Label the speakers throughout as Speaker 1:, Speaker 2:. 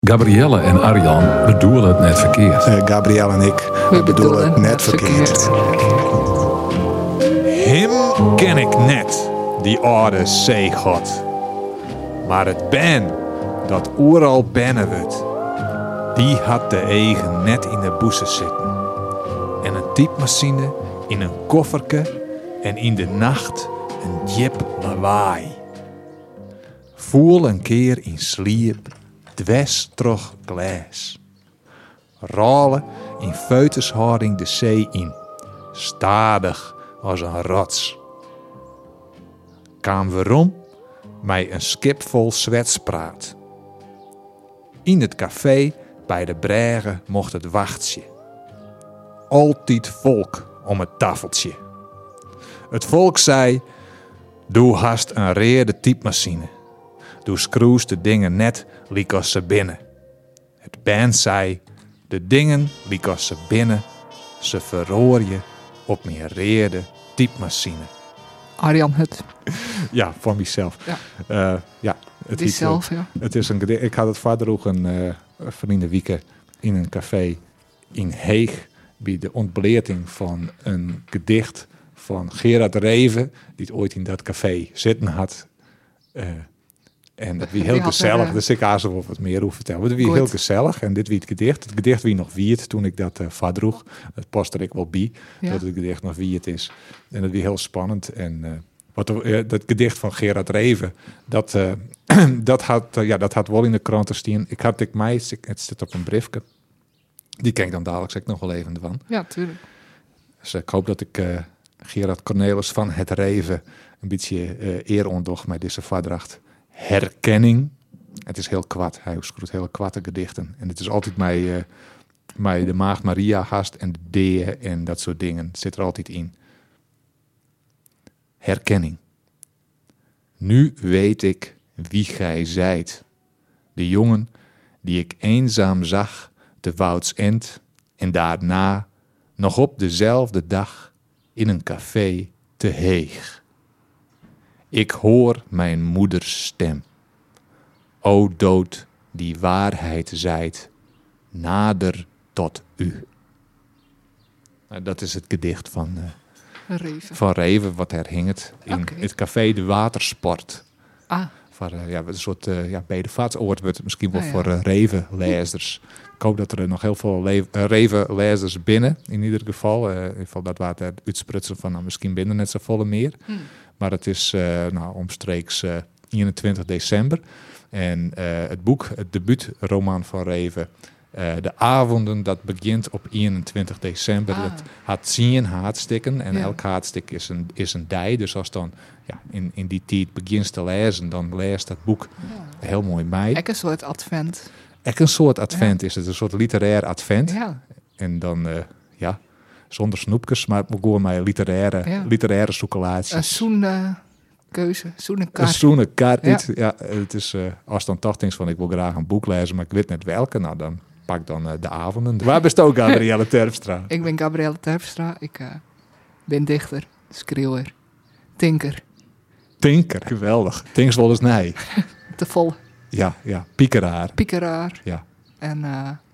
Speaker 1: Gabrielle en Arjan bedoelen het net verkeerd.
Speaker 2: Gabrielle en ik we bedoelen het net verkeerd.
Speaker 3: Hem ken ik net, die oude zeegod. Maar het ben, dat ooral bennen wordt, die had de eigen net in de boezen zitten. En een typemachine in een kofferke en in de nacht een jip lawaai. Voel een keer in sliep, dwes troch glas. Rollen in feutushouding de zee in, stadig als een rots. Kwam weerom mij een skip vol zwetspraat. In het café bij de Brege mocht het wachtje. Altijd volk om het tafeltje. Het volk zei, doe hast een reerde typemachine. Doe schroest de dingen net liek als ze binnen. Het band zei, de dingen liek als ze binnen. Ze verroor je op mijn reerde typemachine.
Speaker 4: Arjan Hut.
Speaker 3: Ja, van mezelf.
Speaker 4: Ja. Het is zelf, ja.
Speaker 3: Het is een gedicht. Ik had het vaderdroegen vriendenweekend in een café in Heeg bij de ontbeleting van een gedicht van Gerard Reven, die het ooit in dat café zitten had. En dat wie heel gezellig, dus ik aarzel of wat meer hoef vertellen. Maar dat wie heel gezellig en dit wie het gedicht. Het gedicht wie nog wierd toen ik dat vaderdroeg. Het past er ik wel bij, dat het gedicht nog wierd is. En dat wie heel spannend. En dat gedicht van Gerard Reven, dat had wel in de kranten staan. Het zit op een briefje. Die ken ik dan dadelijk, zeg ik nog wel even van.
Speaker 4: Ja, tuurlijk.
Speaker 3: Dus ik hoop dat ik Gerard Cornelis van het Reven een beetje eer ondocht met deze vadracht. Herkenning. Het is heel kwad. Hij schroeit hele kwatte gedichten. En het is altijd mij de Maagd Maria gast en de deeën en dat soort dingen. Het zit er altijd in. Herkenning. Nu weet ik wie gij zijt. De jongen die ik eenzaam zag te Wouds End en daarna nog op dezelfde dag in een café te Heeg. Ik hoor mijn moeders stem. O dood die waarheid zijt, nader tot u. Dat is het gedicht van Reven, wat herhingt in het café De Watersport. Een soort bedevaartsoord wordt het misschien wel voor Reven-lezers. Ik hoop dat er nog heel veel Reven-lezers binnen, in ieder geval. In ieder geval dat waard het uitsprutsen van misschien binnen net zo volle meer. Maar het is omstreeks 21 december. En het boek, het debuutroman van Reven, De Avonden, dat begint op 21 december. Dat had 10 haatstikken en elk haatstik is een dij. Dus als dan in die tijd begint te lezen, dan leest dat boek heel mooi mee.
Speaker 4: Een soort advent.
Speaker 3: Een soort advent is het, een soort literair advent.
Speaker 4: Ja.
Speaker 3: En dan, zonder snoepjes, maar gewoon met literaire chocolades.
Speaker 4: Een zoenenkeuze, zoenekart.
Speaker 3: Een zoenekart, ja. Het is, als dan toch denkt van ik wil graag een boek lezen, maar ik weet net welke, nou dan pak dan De Avonden. Waar bent ook Gabrielle Terpstra?
Speaker 4: Ik ben Gabrielle Terpstra, ik ben dichter, schreeuwer, tinker.
Speaker 3: Tinker, geweldig. Tinks wel eens nee.
Speaker 4: Te vol.
Speaker 3: Ja, piekeraar.
Speaker 4: Piekeraar.
Speaker 3: Ja.
Speaker 4: En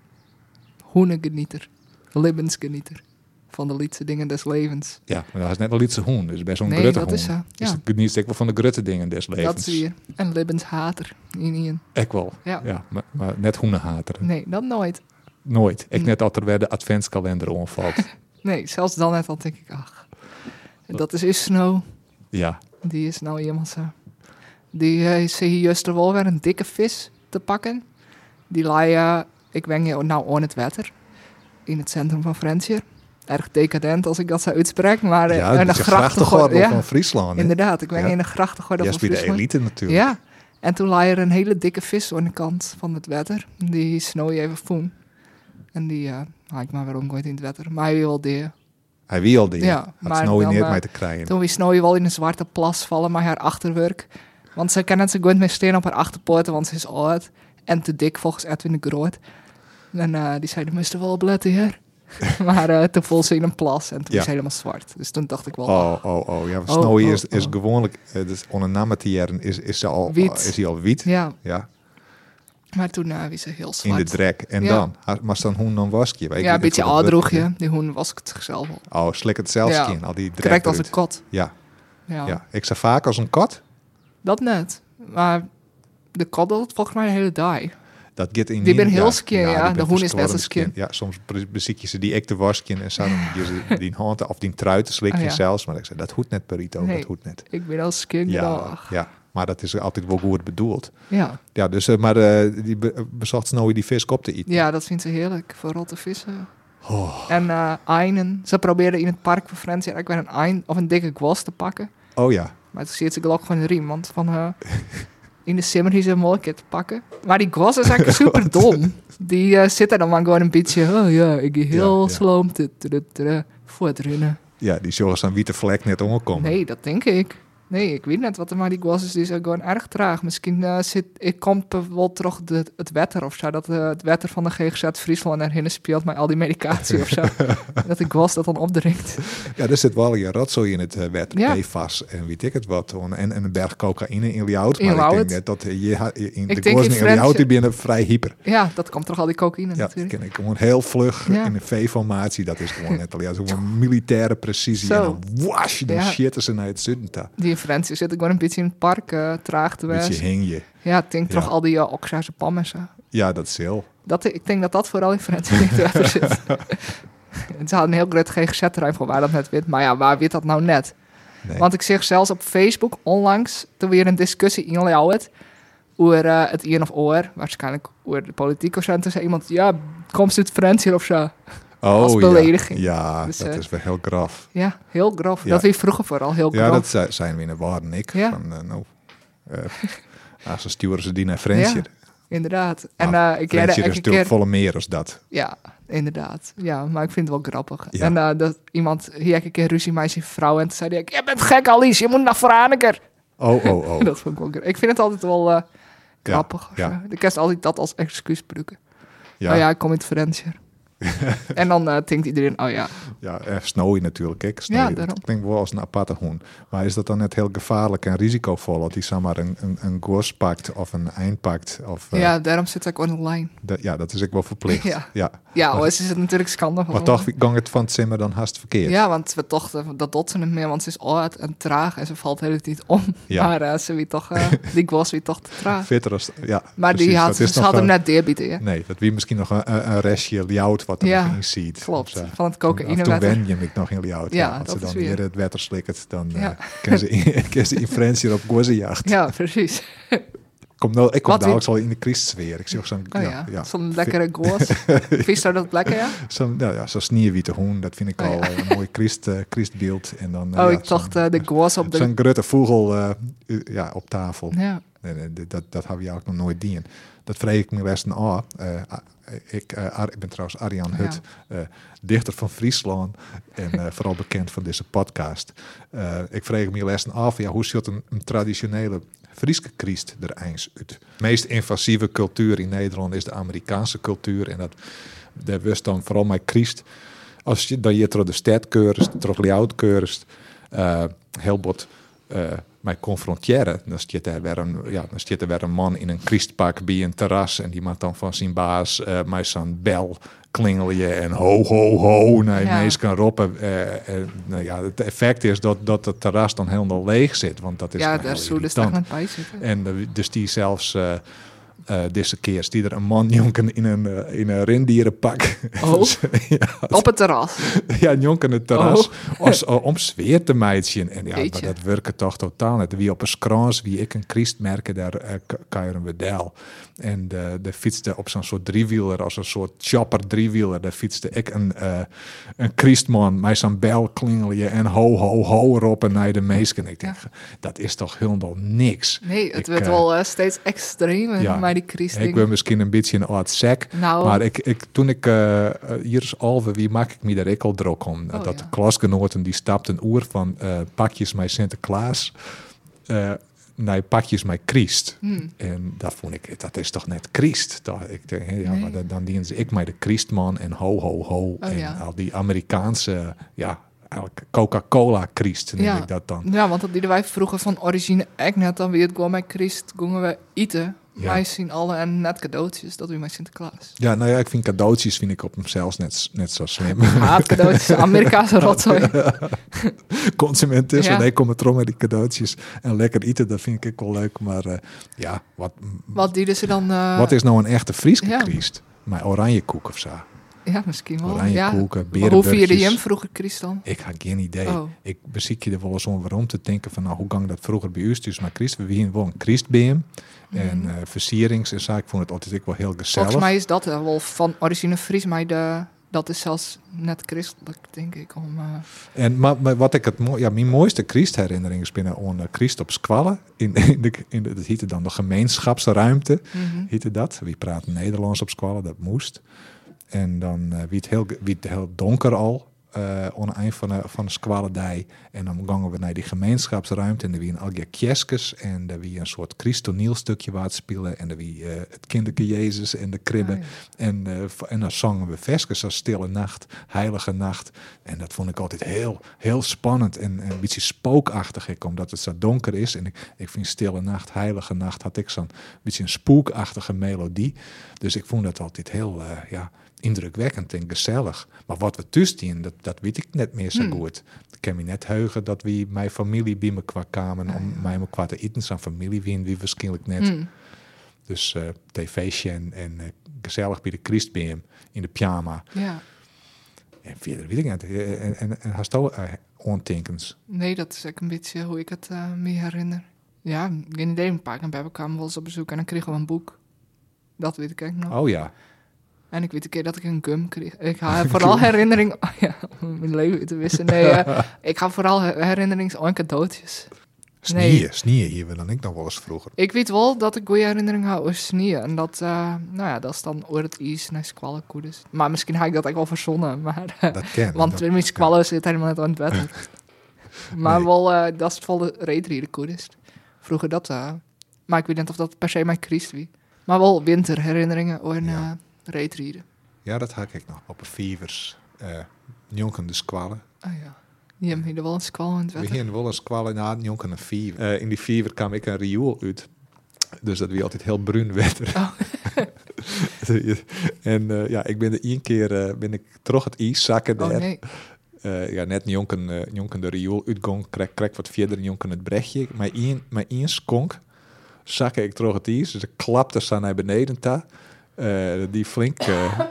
Speaker 4: hoenegenieter, levensgenieter. Van de liedse dingen des levens.
Speaker 3: Ja, maar dat is net een liedse hoen, dus best zo'n
Speaker 4: nee,
Speaker 3: grutte
Speaker 4: dat
Speaker 3: hoen.
Speaker 4: is zo. Ja.
Speaker 3: Dus ik geniet ik wel van de grutte dingen des levens.
Speaker 4: Dat is weer. En levenshater. In.
Speaker 3: Ik wel. Ja, maar net hoenenhater.
Speaker 4: Nee, dat nooit.
Speaker 3: Nooit. Ik net dat er weer de adventskalender omvalt.
Speaker 4: Nee, zelfs dan net al denk ik, dat is Snow.
Speaker 3: Ja.
Speaker 4: Die is nou iemand zo. Die zie je juist er wel weer een dikke vis te pakken. Die laai, ik ben hier nou aan het water. In het centrum van Frensje. Erg decadent als ik dat zou uitspreken, maar
Speaker 3: een grachtengordel van Friesland. Hè?
Speaker 4: Inderdaad, ik ben in een grachtengordel van Friesland.
Speaker 3: Ja, bij de elite natuurlijk.
Speaker 4: Ja, en toen lag er een hele dikke vis aan de kant van het water. Die Snow even voen. En die ik maar weer omgooid in het water. Maar hij wil die.
Speaker 3: Hij wil die.
Speaker 4: Ja,
Speaker 3: had Snow niet mee te krijgen.
Speaker 4: Toen wie Snow wel in een zwarte plas vallen met haar achterwerk. Want ze kan net zo goed mee staan op haar achterpoorten, want ze is oud. En te dik volgens Edwin de Groot. En die zei, de moesten wel bletten hier. Maar toen voelde ze in een plas en toen is ze helemaal zwart. Dus toen dacht ik wel...
Speaker 3: Ja, Snowy is gewoonlijk... dus onder namen te jaren is hij al wit.
Speaker 4: Ja. Maar toen was ze heel
Speaker 3: in
Speaker 4: zwart.
Speaker 3: de drek. En
Speaker 4: Ja.
Speaker 3: dan? Maar dan hoen dan waskje.
Speaker 4: Ja, een beetje oudroeg je. Die hoen was ik het zichzelf al.
Speaker 3: Oh, slik het zelfs
Speaker 4: Ja.
Speaker 3: in. Al die drek
Speaker 4: Correct als
Speaker 3: eruit.
Speaker 4: een kot.
Speaker 3: Ja,
Speaker 4: Ja.
Speaker 3: ja. Ik zei vaak als een kat.
Speaker 4: Dat net. Maar de kot doet het volgens mij de hele dag.
Speaker 3: Dat gaat in
Speaker 4: Die ben heel
Speaker 3: ja,
Speaker 4: skin,
Speaker 3: die
Speaker 4: ja.
Speaker 3: ben
Speaker 4: De hoen is net
Speaker 3: verstorven
Speaker 4: als skin.
Speaker 3: Ja, soms beziek je ze die ik te wasken en zo dan die handen of die truiten slik je
Speaker 4: Oh, ja.
Speaker 3: zelfs. Maar ik zei, dat hoeft net Perito,
Speaker 4: Nee.
Speaker 3: dat hoeft net.
Speaker 4: Ik ben als skin.
Speaker 3: Ja, ja, maar dat is altijd wel goed bedoeld.
Speaker 4: Ja.
Speaker 3: Ja, dus, die bezocht Snowy die vis op te eten.
Speaker 4: Ja, dat vindt ze heerlijk. voor rotte vissen.
Speaker 3: Oh.
Speaker 4: En einen. Ze probeerden in het park van Francia ook weer een ein of een dikke gwas te pakken.
Speaker 3: Oh ja.
Speaker 4: Maar toen ziet ze geloof ik gewoon een riem. Want van in de simmer is ze een mooie keer te pakken. Maar die gwas is eigenlijk super dom. Die zit er dan maar gewoon een beetje. Oh ja, ik ga heel
Speaker 3: Ja, ja.
Speaker 4: sloom voortrunnen.
Speaker 3: Ja, die zorgen aan witte vlek net omgekomen.
Speaker 4: Nee, dat denk ik. Nee, ik weet net wat er maar die gwas is. Die is ook gewoon erg traag. Misschien komt wel terug het wetter of zo. Dat het wetter van de GGZ Friesland erheen speelt met al die medicatie of zo. Dat de gwas dat dan opdringt.
Speaker 3: Ja, er zit wel je rotzooi in het wet.
Speaker 4: Ja.
Speaker 3: PFAS en weet ik het wat. En een berg cocaïne in Ljout.
Speaker 4: In
Speaker 3: Maar ik denk
Speaker 4: Ljout.
Speaker 3: net dat in
Speaker 4: Ik
Speaker 3: de
Speaker 4: denk
Speaker 3: gozen
Speaker 4: in
Speaker 3: in Ljout
Speaker 4: Francia-
Speaker 3: die binnen vrij hyper.
Speaker 4: Ja, dat komt toch al die cocaïne
Speaker 3: Ja, dat
Speaker 4: natuurlijk.
Speaker 3: ken ik gewoon heel vlug
Speaker 4: Ja.
Speaker 3: in een V-formatie. Dat is gewoon net al ja, zo'n militaire precisie.
Speaker 4: Zo.
Speaker 3: En dan wash, dan
Speaker 4: Ja.
Speaker 3: shitten ze naar het zuiden.
Speaker 4: Die in Francia zit ik gewoon een beetje in het park traag te
Speaker 3: Beetje
Speaker 4: wezen.
Speaker 3: hing je.
Speaker 4: Ja, ik denk
Speaker 3: Ja.
Speaker 4: toch al die Oxaarse pam en zo.
Speaker 3: Ja, dat is heel.
Speaker 4: Ik denk dat dat vooral in Francia in het wetter zit. En ze hadden een heel groot GGZ-terrein voor waar dat net wit. Maar ja, waar wit dat nou net?
Speaker 3: Nee.
Speaker 4: Want ik zeg zelfs op Facebook onlangs, toen weer een discussie in Ljout over het een of oor, waarschijnlijk over de politiek of zo. En toen zei iemand, ja, komst uit Francia of zo. als belediging.
Speaker 3: Ja,
Speaker 4: Dus,
Speaker 3: dat is wel heel graf.
Speaker 4: Ja, heel grof.
Speaker 3: Ja.
Speaker 4: Dat wie vroeger vooral heel
Speaker 3: Ja,
Speaker 4: grof.
Speaker 3: dat zijn we in de waarden ik.
Speaker 4: Ja.
Speaker 3: Van, als ze sturen ze die naar Francia.
Speaker 4: Ja, inderdaad. En
Speaker 3: Nou,
Speaker 4: ik
Speaker 3: Francia
Speaker 4: leerde
Speaker 3: is
Speaker 4: elke
Speaker 3: natuurlijk
Speaker 4: keer...
Speaker 3: volle meer als dat.
Speaker 4: Ja, inderdaad. Ja, maar ik vind het wel grappig.
Speaker 3: Ja.
Speaker 4: En dat iemand hier een keer ruzie met zijn vrouw en toen zei hij, je bent gek Alice, je moet naar Franeker.
Speaker 3: Oh.
Speaker 4: Dat vond ik wel grappig. Ik vind het altijd wel grappig.
Speaker 3: ja.
Speaker 4: of zo. Ik kan altijd dat als excuus gebruiken.
Speaker 3: Ja,
Speaker 4: Oh ja, ik kom in het Francia. En dan denkt iedereen, oh ja.
Speaker 3: ja, Snowy natuurlijk. Ik. Snowy,
Speaker 4: Ja, daarom.
Speaker 3: dat klinkt wel als een aparte hoen. Maar is dat dan net heel gevaarlijk en risicovol dat hij zomaar een gos pakt of een eind pakt? Of,
Speaker 4: Ja, daarom zit ik online.
Speaker 3: ja, dat is ook wel verplicht.
Speaker 4: Ja.
Speaker 3: Ja.
Speaker 4: Ja,
Speaker 3: Maar-
Speaker 4: hoor, ze is het natuurlijk schandalig.
Speaker 3: Maar toch gang het van het simmer dan haast verkeerd.
Speaker 4: Ja, want we toch, dat doet ze niet meer, want ze is oud en traag en ze valt de hele tijd om.
Speaker 3: Ja.
Speaker 4: Maar ze wie toch, die was wie toch te traag.
Speaker 3: Fitter als, ja,
Speaker 4: Maar
Speaker 3: precies.
Speaker 4: die had,
Speaker 3: Dat is
Speaker 4: ze
Speaker 3: nog
Speaker 4: had hem
Speaker 3: een-
Speaker 4: net deerbieten, ja.
Speaker 3: Nee, dat wie misschien nog een restje Ljout wat er
Speaker 4: Ja,
Speaker 3: nog in ziet.
Speaker 4: Klopt,
Speaker 3: Of zo.
Speaker 4: van het
Speaker 3: Toen
Speaker 4: cocaïnewetter.
Speaker 3: wen je hem nog in Ljout.
Speaker 4: Ja,
Speaker 3: als
Speaker 4: dat
Speaker 3: ze
Speaker 4: is
Speaker 3: dan
Speaker 4: weer.
Speaker 3: hier het wetter slikkert, dan
Speaker 4: Ja.
Speaker 3: kan ze in Francia op gozenjacht.
Speaker 4: Ja, precies.
Speaker 3: Ik kom
Speaker 4: Wat
Speaker 3: dadelijk al in de Christsfeer. Ik zie ook zo'n
Speaker 4: Oh ja, zo'n lekkere goos. Vies zou dat lekker, ja?
Speaker 3: zo'n sneeuwwitte hoen. Dat vind ik
Speaker 4: Oh
Speaker 3: al
Speaker 4: ja.
Speaker 3: een mooi Christbeeld. En dan,
Speaker 4: Oh,
Speaker 3: ja,
Speaker 4: ik dacht de goos op de...
Speaker 3: zo'n grote vogel op tafel.
Speaker 4: Ja,
Speaker 3: Nee, dat hebben we eigenlijk nog nooit dien. Dat vreeg ik me lessen aan. Ik ben trouwens Arjan Hut, dichter van Friesland en vooral bekend van deze podcast. Ik vreeg me lessen af, ja, hoe ziet een traditionele Frieske Christ er eens uit? De meest invasieve cultuur in Nederland is de Amerikaanse cultuur en dat was dan vooral mijn Christ. Als je dan je door de stad keurst, door Ljout keurst, heel bot mij confronteren. Dan zit er weer een man in een Christpak bij een terras en die maakt dan van zijn baas mij zo'n bel klingelen en ho, ho, ho. Nee,
Speaker 4: Ja.
Speaker 3: meest kan roepen. Nou ja, het effect is dat het terras dan helemaal leeg zit, want dat is
Speaker 4: ja
Speaker 3: dan
Speaker 4: daar
Speaker 3: heel
Speaker 4: zou dus
Speaker 3: irritant.
Speaker 4: nog bij zitten.
Speaker 3: En dus die zelfs deze keer die er een man jonken in een rendierenpak.
Speaker 4: Oh.
Speaker 3: ja,
Speaker 4: Op het terras.
Speaker 3: ja, jonken het terras om sfeer te meidjen. En ja, maar
Speaker 4: Jeetje.
Speaker 3: dat werkt toch totaal niet. Wie op een skrans, wie ik een Christ merken, daar kuieren we del. En de fietste op zo'n soort driewieler, als een soort chopper driewieler, daar fietste ik een Christman met zo'n bel klingelen en ho, ho, ho erop en naar de meesken. Ik denk, dat is toch helemaal niks.
Speaker 4: Nee, het
Speaker 3: Ik,
Speaker 4: wordt wel steeds extremer,
Speaker 3: ja,
Speaker 4: maar die Christen.
Speaker 3: Ik ben misschien een beetje een oud sek,
Speaker 4: Nou,
Speaker 3: maar toen ik hier is Alve, wie maak ik me daar ik al druk om?
Speaker 4: Oh,
Speaker 3: Dat
Speaker 4: ja.
Speaker 3: de klasgenoten die stapten een oer van pakjes met Sinterklaas naar pakjes met Christ. En dat vond ik, dat is toch net Christ? Ik denk, ja,
Speaker 4: Nee.
Speaker 3: maar dan dienen ze ik mij de Christman en ho, ho, ho. En
Speaker 4: ja.
Speaker 3: al die Amerikaanse, ja, eigenlijk Coca-Cola Christ noem ik dat dan.
Speaker 4: Ja, want dat deden wij vroeger van origine echt net. Dan weer het gewoon met Christ gingen we eten.
Speaker 3: Ja.
Speaker 4: Wij zien alle en net cadeautjes, dat doen wij Sinterklaas.
Speaker 3: Ja, nou ja, ik vind cadeautjes op zichzelf net zo slim.
Speaker 4: Haat cadeautjes, Amerikaanse rotzooi.
Speaker 3: Consumentisme,
Speaker 4: Ja.
Speaker 3: nee, kom het erom met die cadeautjes. En lekker eten, dat vind ik ook wel leuk. Maar ja,
Speaker 4: Wat dieden ze dan?
Speaker 3: wat is nou een echte Frieske
Speaker 4: ja.
Speaker 3: Christ? Maar oranje koek of zo.
Speaker 4: Ja, misschien wel.
Speaker 3: Oranje
Speaker 4: ja.
Speaker 3: koeken,
Speaker 4: Maar hoe vierde je
Speaker 3: berenburgers.
Speaker 4: hem vroeger, Christ dan?
Speaker 3: Ik had geen idee.
Speaker 4: Oh.
Speaker 3: Ik beziek je er wel eens om waarom te denken van, nou, hoe gang dat vroeger bij u dus maar Christ. We wien wel een Christbeam. En versierings en zo. Ik vond het altijd ook wel heel gezellig.
Speaker 4: Volgens mij is dat wel van origine Fries, maar dat is zelfs net christelijk, denk ik.
Speaker 3: Maar wat ik mijn mooiste Christherinnering is binnen aan Christ op Squalle. Dat heette dan de gemeenschapsruimte. Heette dat. Wie praat Nederlands op Squalle, dat moest. En dan wie het heel donker al. Aan het eind van de Squalle-dij. En dan gingen we naar die gemeenschapsruimte. En er wie een alge kjeskes. En er wie een soort Christonielstukje waar het spelen. En er wie het kinderke Jezus en de kribben.
Speaker 4: Oh, ja.
Speaker 3: En dan zongen we versjes als Stille Nacht, Heilige Nacht. En dat vond ik altijd heel, heel spannend en een beetje spookachtig. Omdat het zo donker is. En ik vind Stille Nacht, Heilige Nacht had ik zo'n beetje een spookachtige melodie. Dus ik vond dat altijd heel indrukwekkend en gezellig. Maar wat we tussen dat weet ik net meer zo goed. Ik kan me net heugen dat we mijn familie bij me kwamen om mij qua te eten. Zijn familie wie waarschijnlijk net. Dus tv'tje en gezellig bij de Christbeam in de pyjama.
Speaker 4: Ja.
Speaker 3: En verder weet ik niet. En hast je aantenkens?
Speaker 4: Nee, dat is ook een beetje hoe ik het me herinner. Ja, geen idee. Een paar keer bij kwamen we wel eens op bezoek en dan kregen we een boek. Dat weet ik eigenlijk nog.
Speaker 3: Oh ja.
Speaker 4: En ik weet een keer dat ik een gum kreeg. Ik ga vooral herinnering... Oh ja, om mijn leven te wissen. Nee, ik ga vooral herinnerings aan cadeautjes.
Speaker 3: Snieën hier we dan ik nog wel eens vroeger.
Speaker 4: Ik weet wel dat ik goede herinnering hou over snieën. En dat, dat is dan over het ijs naar squallenkoeders. Maar misschien heb ik dat ook wel verzonnen. Maar,
Speaker 3: Dat ken.
Speaker 4: want met squallen zit helemaal net aan het wetter. Maar
Speaker 3: Nee.
Speaker 4: wel, dat is vol de reetriedenkoeders. Vroeger dat, maar ik weet niet of dat per se mijn Christ wie. Maar wel winterherinneringen over reetrieden.
Speaker 3: Ja, dat had ik nog. Op een Fievers. Jonken de squallen.
Speaker 4: Oh ja. Die hebben hier wel een squal in het
Speaker 3: We
Speaker 4: wetter.
Speaker 3: gingen wel een squallen na Jonken een Fiever. In die Fiever kwam ik een riool uit. Dus dat wie altijd heel bruin wetter.
Speaker 4: Oh.
Speaker 3: En ik ben er één keer ben ik terug het ijs zakken
Speaker 4: Oh
Speaker 3: daar.
Speaker 4: nee.
Speaker 3: Net jonken de riool uitgong, krijg wat verder jonken het brechtje. Maar één skonk zakken ik terug het ijs. Dus ik klapte zo naar beneden ta. Die flink,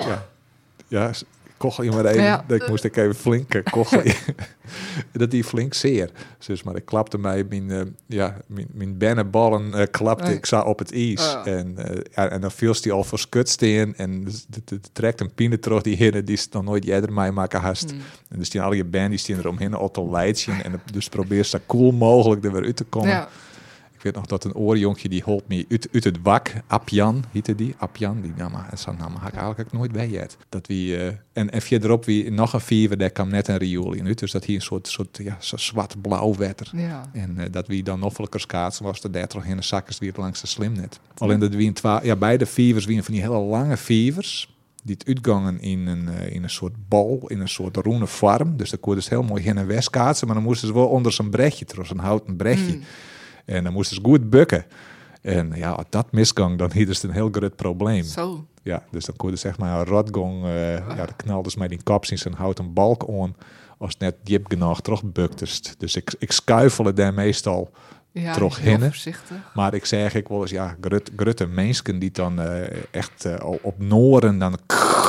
Speaker 3: kochel je maar even.
Speaker 4: Ja.
Speaker 3: Dat moest ik even flink kochelen. Dat die flink zeer. Dus maar ik klapte mij mijn bennenballen klapte ik zo op het ijs.
Speaker 4: Oh.
Speaker 3: En dan viel die al verschutst in. En de trekt een pine terug die hinnen die is dan nooit eerder mij maken hast. En dus die al je band die staan eromheen al te leidje. En dus probeer zo cool mogelijk er weer uit te komen.
Speaker 4: Ja.
Speaker 3: Ik weet nog dat een oorjonkje die holp me uit het wak. Apjan heette die. Apjan, die naam. En zo'n naam had ik eigenlijk nooit bij het. Dat wie en verderop wie nog een Fiever, daar kwam net een riool in uit. Dus dat hier een soort zo zwart-blauw wetter.
Speaker 4: Ja.
Speaker 3: En dat wie dan noffelijker schaatsen was de 30 in de zakkers weer langs de slim net. Alleen dat wie beide Fievers wie van die hele lange Fievers. Die het uitgangen in een soort bal, in een soort roene vorm. Dus daar kon dus heel mooi heen en weer schaatsen. Maar dan moesten ze wel onder zijn brechtje, terug een houten brechtje. En dan moesten ze goed bukken. En ja, als dat misgang, dan is het een heel groot probleem.
Speaker 4: Zo.
Speaker 3: Ja, dus dan kon je zeg maar een rotgong, dan knalde ze mij die kop in zijn houten balk aan. Als het net diep genoeg terugbukterst. Dus ik schuifelde daar meestal
Speaker 4: Ja,
Speaker 3: terug
Speaker 4: heel
Speaker 3: hinnen.
Speaker 4: voorzichtig.
Speaker 3: Maar ik zeg ik wel eens, grote mensen die dan echt al op Noorden dan...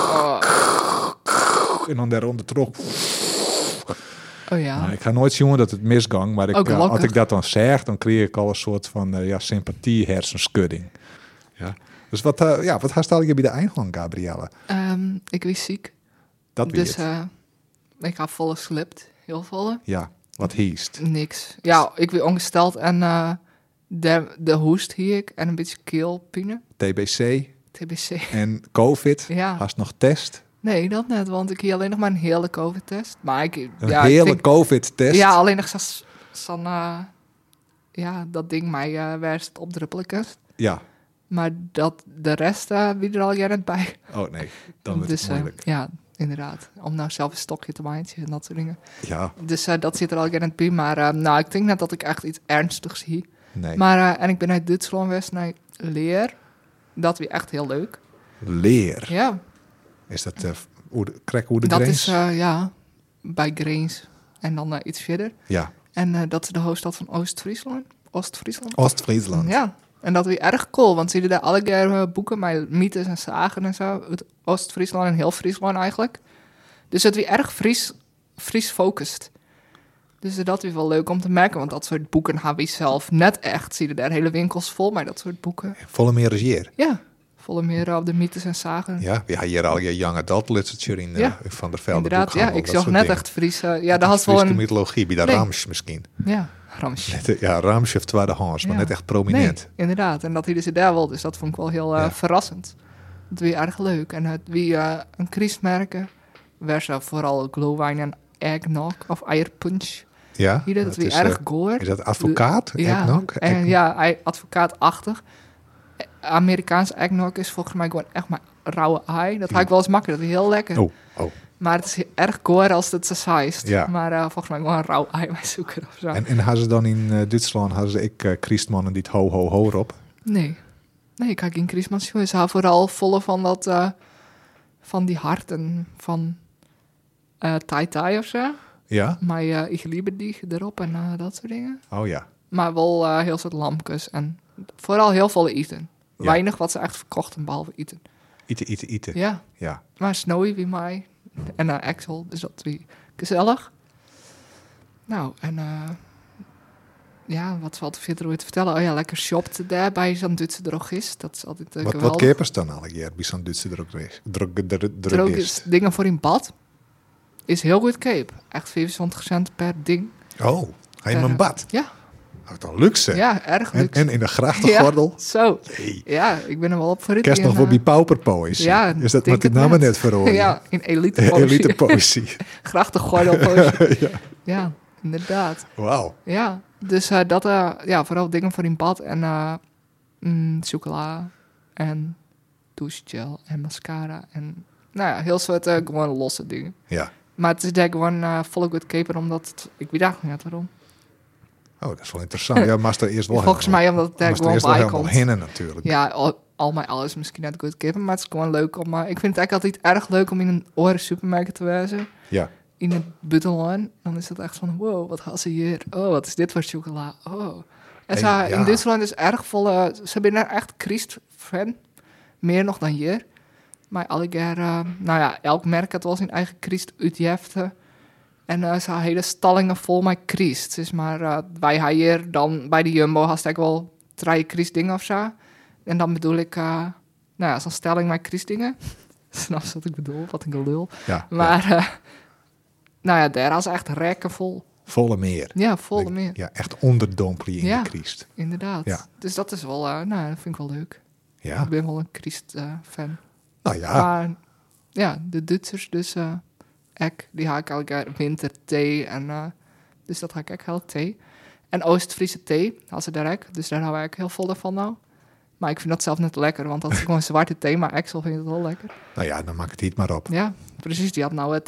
Speaker 3: En dan daaronder terug...
Speaker 4: Oh ja.
Speaker 3: Nou, ik ga nooit zien dat het misgang, maar
Speaker 4: Ook gelukkig.
Speaker 3: als ik dat dan zeg, dan kreeg ik al een soort van sympathie hersenschudding. Ja. Dus wat stel je bij de ingang, Gabrielle?
Speaker 4: Ik was ziek.
Speaker 3: Dat weet
Speaker 4: Dus
Speaker 3: je.
Speaker 4: ik had volle slipt. Heel volle.
Speaker 3: Ja, wat hiest.
Speaker 4: Niks. Ja, ik ben ongesteld en de hoest hier ik en een beetje keelpine.
Speaker 3: TBC
Speaker 4: TBC.
Speaker 3: en COVID.
Speaker 4: Ja.
Speaker 3: Hast nog test?
Speaker 4: Nee, dat net, want ik hier alleen nog maar een hele COVID-test. Maar ik
Speaker 3: Een
Speaker 4: ik
Speaker 3: hele
Speaker 4: vind-
Speaker 3: COVID-test?
Speaker 4: Ja, alleen nog zo'n dat ding mij waar het opdruppelen.
Speaker 3: Ja.
Speaker 4: Maar de rest wie er al net bij.
Speaker 3: Oh nee, dan wordt het
Speaker 4: Dus
Speaker 3: moeilijk.
Speaker 4: ja, inderdaad. Om nou zelf een stokje te maandje en dat soort dingen.
Speaker 3: Ja,
Speaker 4: Dus dat zit er al net bij. Maar ik denk net dat ik echt iets ernstigs zie.
Speaker 3: nee.
Speaker 4: Maar en ik ben uit Duitsland geweest naar Leer. Dat weer echt heel leuk.
Speaker 2: Leer.
Speaker 4: Ja,
Speaker 2: Is dat hoe de
Speaker 4: dat
Speaker 2: grens?
Speaker 4: is bij Grains en dan iets verder.
Speaker 2: Ja,
Speaker 4: En dat is de hoofdstad van Oost-Friesland. Oost-Friesland?
Speaker 2: Oost-Friesland.
Speaker 4: Ja, en dat weer erg cool, want ze daar alle keer boeken met mythes en zagen en zo. Uit Oost-Friesland en heel Friesland eigenlijk. Dus het weer erg Fries focust. Dus dat is wel leuk om te merken, want dat soort boeken heb ik zelf net echt. Zie je daar hele winkels vol met dat soort boeken.
Speaker 2: Volle meer is hier.
Speaker 4: Ja, volle meer op de mythes en zagen.
Speaker 2: Ja, we hebben hier al je young adult literature in
Speaker 4: Ja,
Speaker 2: Van der Velde
Speaker 4: inderdaad,
Speaker 2: boekhandel,
Speaker 4: ja, ik
Speaker 2: dat
Speaker 4: zag
Speaker 2: soort
Speaker 4: net
Speaker 2: dingen.
Speaker 4: echt Fries. Ja, dat had wel
Speaker 2: Friese
Speaker 4: een...
Speaker 2: mythologie, bij de
Speaker 4: Nee.
Speaker 2: Rams misschien.
Speaker 4: Ja, Ramsje.
Speaker 2: Ja, Rams of Tweede Hans, maar
Speaker 4: Ja.
Speaker 2: net echt prominent.
Speaker 4: Nee, inderdaad. En dat hij ze daar wel, dus dat vond ik wel heel
Speaker 2: Ja.
Speaker 4: verrassend. Het weer erg leuk. En het wie een kriestmerken, waar ze vooral glowwine en eggnog of eierpunch.
Speaker 2: Ja,
Speaker 4: Hier dat weer
Speaker 2: is,
Speaker 4: erg goor.
Speaker 2: Is dat advocaat?
Speaker 4: Ja,
Speaker 2: Eggnog?
Speaker 4: en ja, advocaatachtig. Amerikaans eggnog is volgens mij gewoon echt maar rauwe ei. Dat ga ik wel eens makkelijk, dat is heel lekker.
Speaker 2: Oh.
Speaker 4: Maar het is erg goor als het size.
Speaker 2: Ja.
Speaker 4: Maar volgens mij gewoon een rauw ei bij zoeken of zo.
Speaker 2: En hadden ze dan in Duitsland, hadden ze Christmannen die het ho ho ho erop?
Speaker 4: Nee, ik ga geen Christmas show. Ze houden vooral volle van dat, van die harten van tai of zo.
Speaker 2: Ja?
Speaker 4: Maar ik liebe die erop en dat soort dingen.
Speaker 2: Oh ja.
Speaker 4: Maar wel heel soort lampjes en vooral heel veel eten.
Speaker 2: Ja.
Speaker 4: Weinig wat ze echt verkochten, behalve eten.
Speaker 2: Ite.
Speaker 4: Ja,
Speaker 2: Ja.
Speaker 4: maar Snowy wie mij en Axel, dus dat wie gezellig. Nou, en ja, wat valt er verder ooit te vertellen? Oh ja, lekker shopte daar bij zo'n Duitse drogist. Dat is altijd
Speaker 2: Wat
Speaker 4: geweldig.
Speaker 2: kepers dan al keer bij zo'n Duitse drogist?
Speaker 4: Drogist, dingen voor in bad is heel goedkoop. Echt 25 cent per ding.
Speaker 2: Oh, hij in een bad.
Speaker 4: Ja,
Speaker 2: Wat een luxe.
Speaker 4: ja, erg
Speaker 2: En,
Speaker 4: luxe.
Speaker 2: en in de grachtengordel.
Speaker 4: Ja, zo.
Speaker 2: Nee.
Speaker 4: Ja, ik ben er wel op voor.
Speaker 2: Kerst nog wel bij pauperpoëzie.
Speaker 4: Ja,
Speaker 2: Is dat
Speaker 4: denk
Speaker 2: met die
Speaker 4: het
Speaker 2: namen
Speaker 4: net.
Speaker 2: net verhoren?
Speaker 4: Ja, in elite poëzie.
Speaker 2: Elite poëzie.
Speaker 4: Graag gordel
Speaker 2: Ja.
Speaker 4: Ja, inderdaad.
Speaker 2: Wauw.
Speaker 4: Ja, dus dat, ja, vooral dingen voor in bad en chocola en douchegel en mascara en, nou ja, heel soort gewoon losse dingen.
Speaker 2: Ja.
Speaker 4: Maar het is daar gewoon volle goedkoper, omdat ik weet eigenlijk niet waarom.
Speaker 2: Oh, dat is wel interessant. Ja, maar er eerst wel
Speaker 4: Volgens mij omdat het daar
Speaker 2: maar
Speaker 4: gewoon
Speaker 2: eerst wel
Speaker 4: bij
Speaker 2: helemaal
Speaker 4: komt.
Speaker 2: hinnen natuurlijk.
Speaker 4: Ja, al mijn alles misschien net goedkoper, maar het is gewoon leuk om... ik vind het eigenlijk altijd erg leuk om in een oren supermarkt te wezen.
Speaker 2: Ja.
Speaker 4: In het buitenland. Dan is het echt van, wow, wat gaan ze hier? Oh, wat is dit voor chocola? Oh. En
Speaker 2: En
Speaker 4: zo,
Speaker 2: ja.
Speaker 4: in Duitsland is erg vol... ze zijn er echt Christ-fan. Meer nog dan hier. Maar alle keer... nou ja, elk merk had wel zijn eigen Christ uitjefte. En ze hele stallingen vol met Christ. Dus maar wij hebben hier dan bij de Jumbo had ik wel 3 Christ dingen of zo. En dan bedoel ik... nou ja, zo'n stelling met Christ dingen. Snap je wat ik bedoel? Wat een gelul.
Speaker 2: Ja.
Speaker 4: Maar... nou ja, daar was echt rekken vol.
Speaker 2: Volle meer.
Speaker 4: Ja, volle meer.
Speaker 2: Ja, echt onderdompelen in
Speaker 4: Ja.
Speaker 2: de Christ.
Speaker 4: Inderdaad.
Speaker 2: Ja.
Speaker 4: Dus dat is wel, nou, dat vind ik wel leuk.
Speaker 2: Ja.
Speaker 4: Ik ben wel een Christ-fan.
Speaker 2: Nou ja.
Speaker 4: Maar ja, de Duitsers dus, die haal ik elke keer winterthee. En, dus dat ga ik echt heel thee. En Oost-Friese thee, als ze daar ook. Dus daar hou ik heel vol van nou. Maar ik vind dat zelf net lekker, want dat is gewoon zwarte thee. Maar Axel vindt het wel lekker.
Speaker 2: Nou ja, dan maak het niet maar op.
Speaker 4: Ja, precies. Die had nou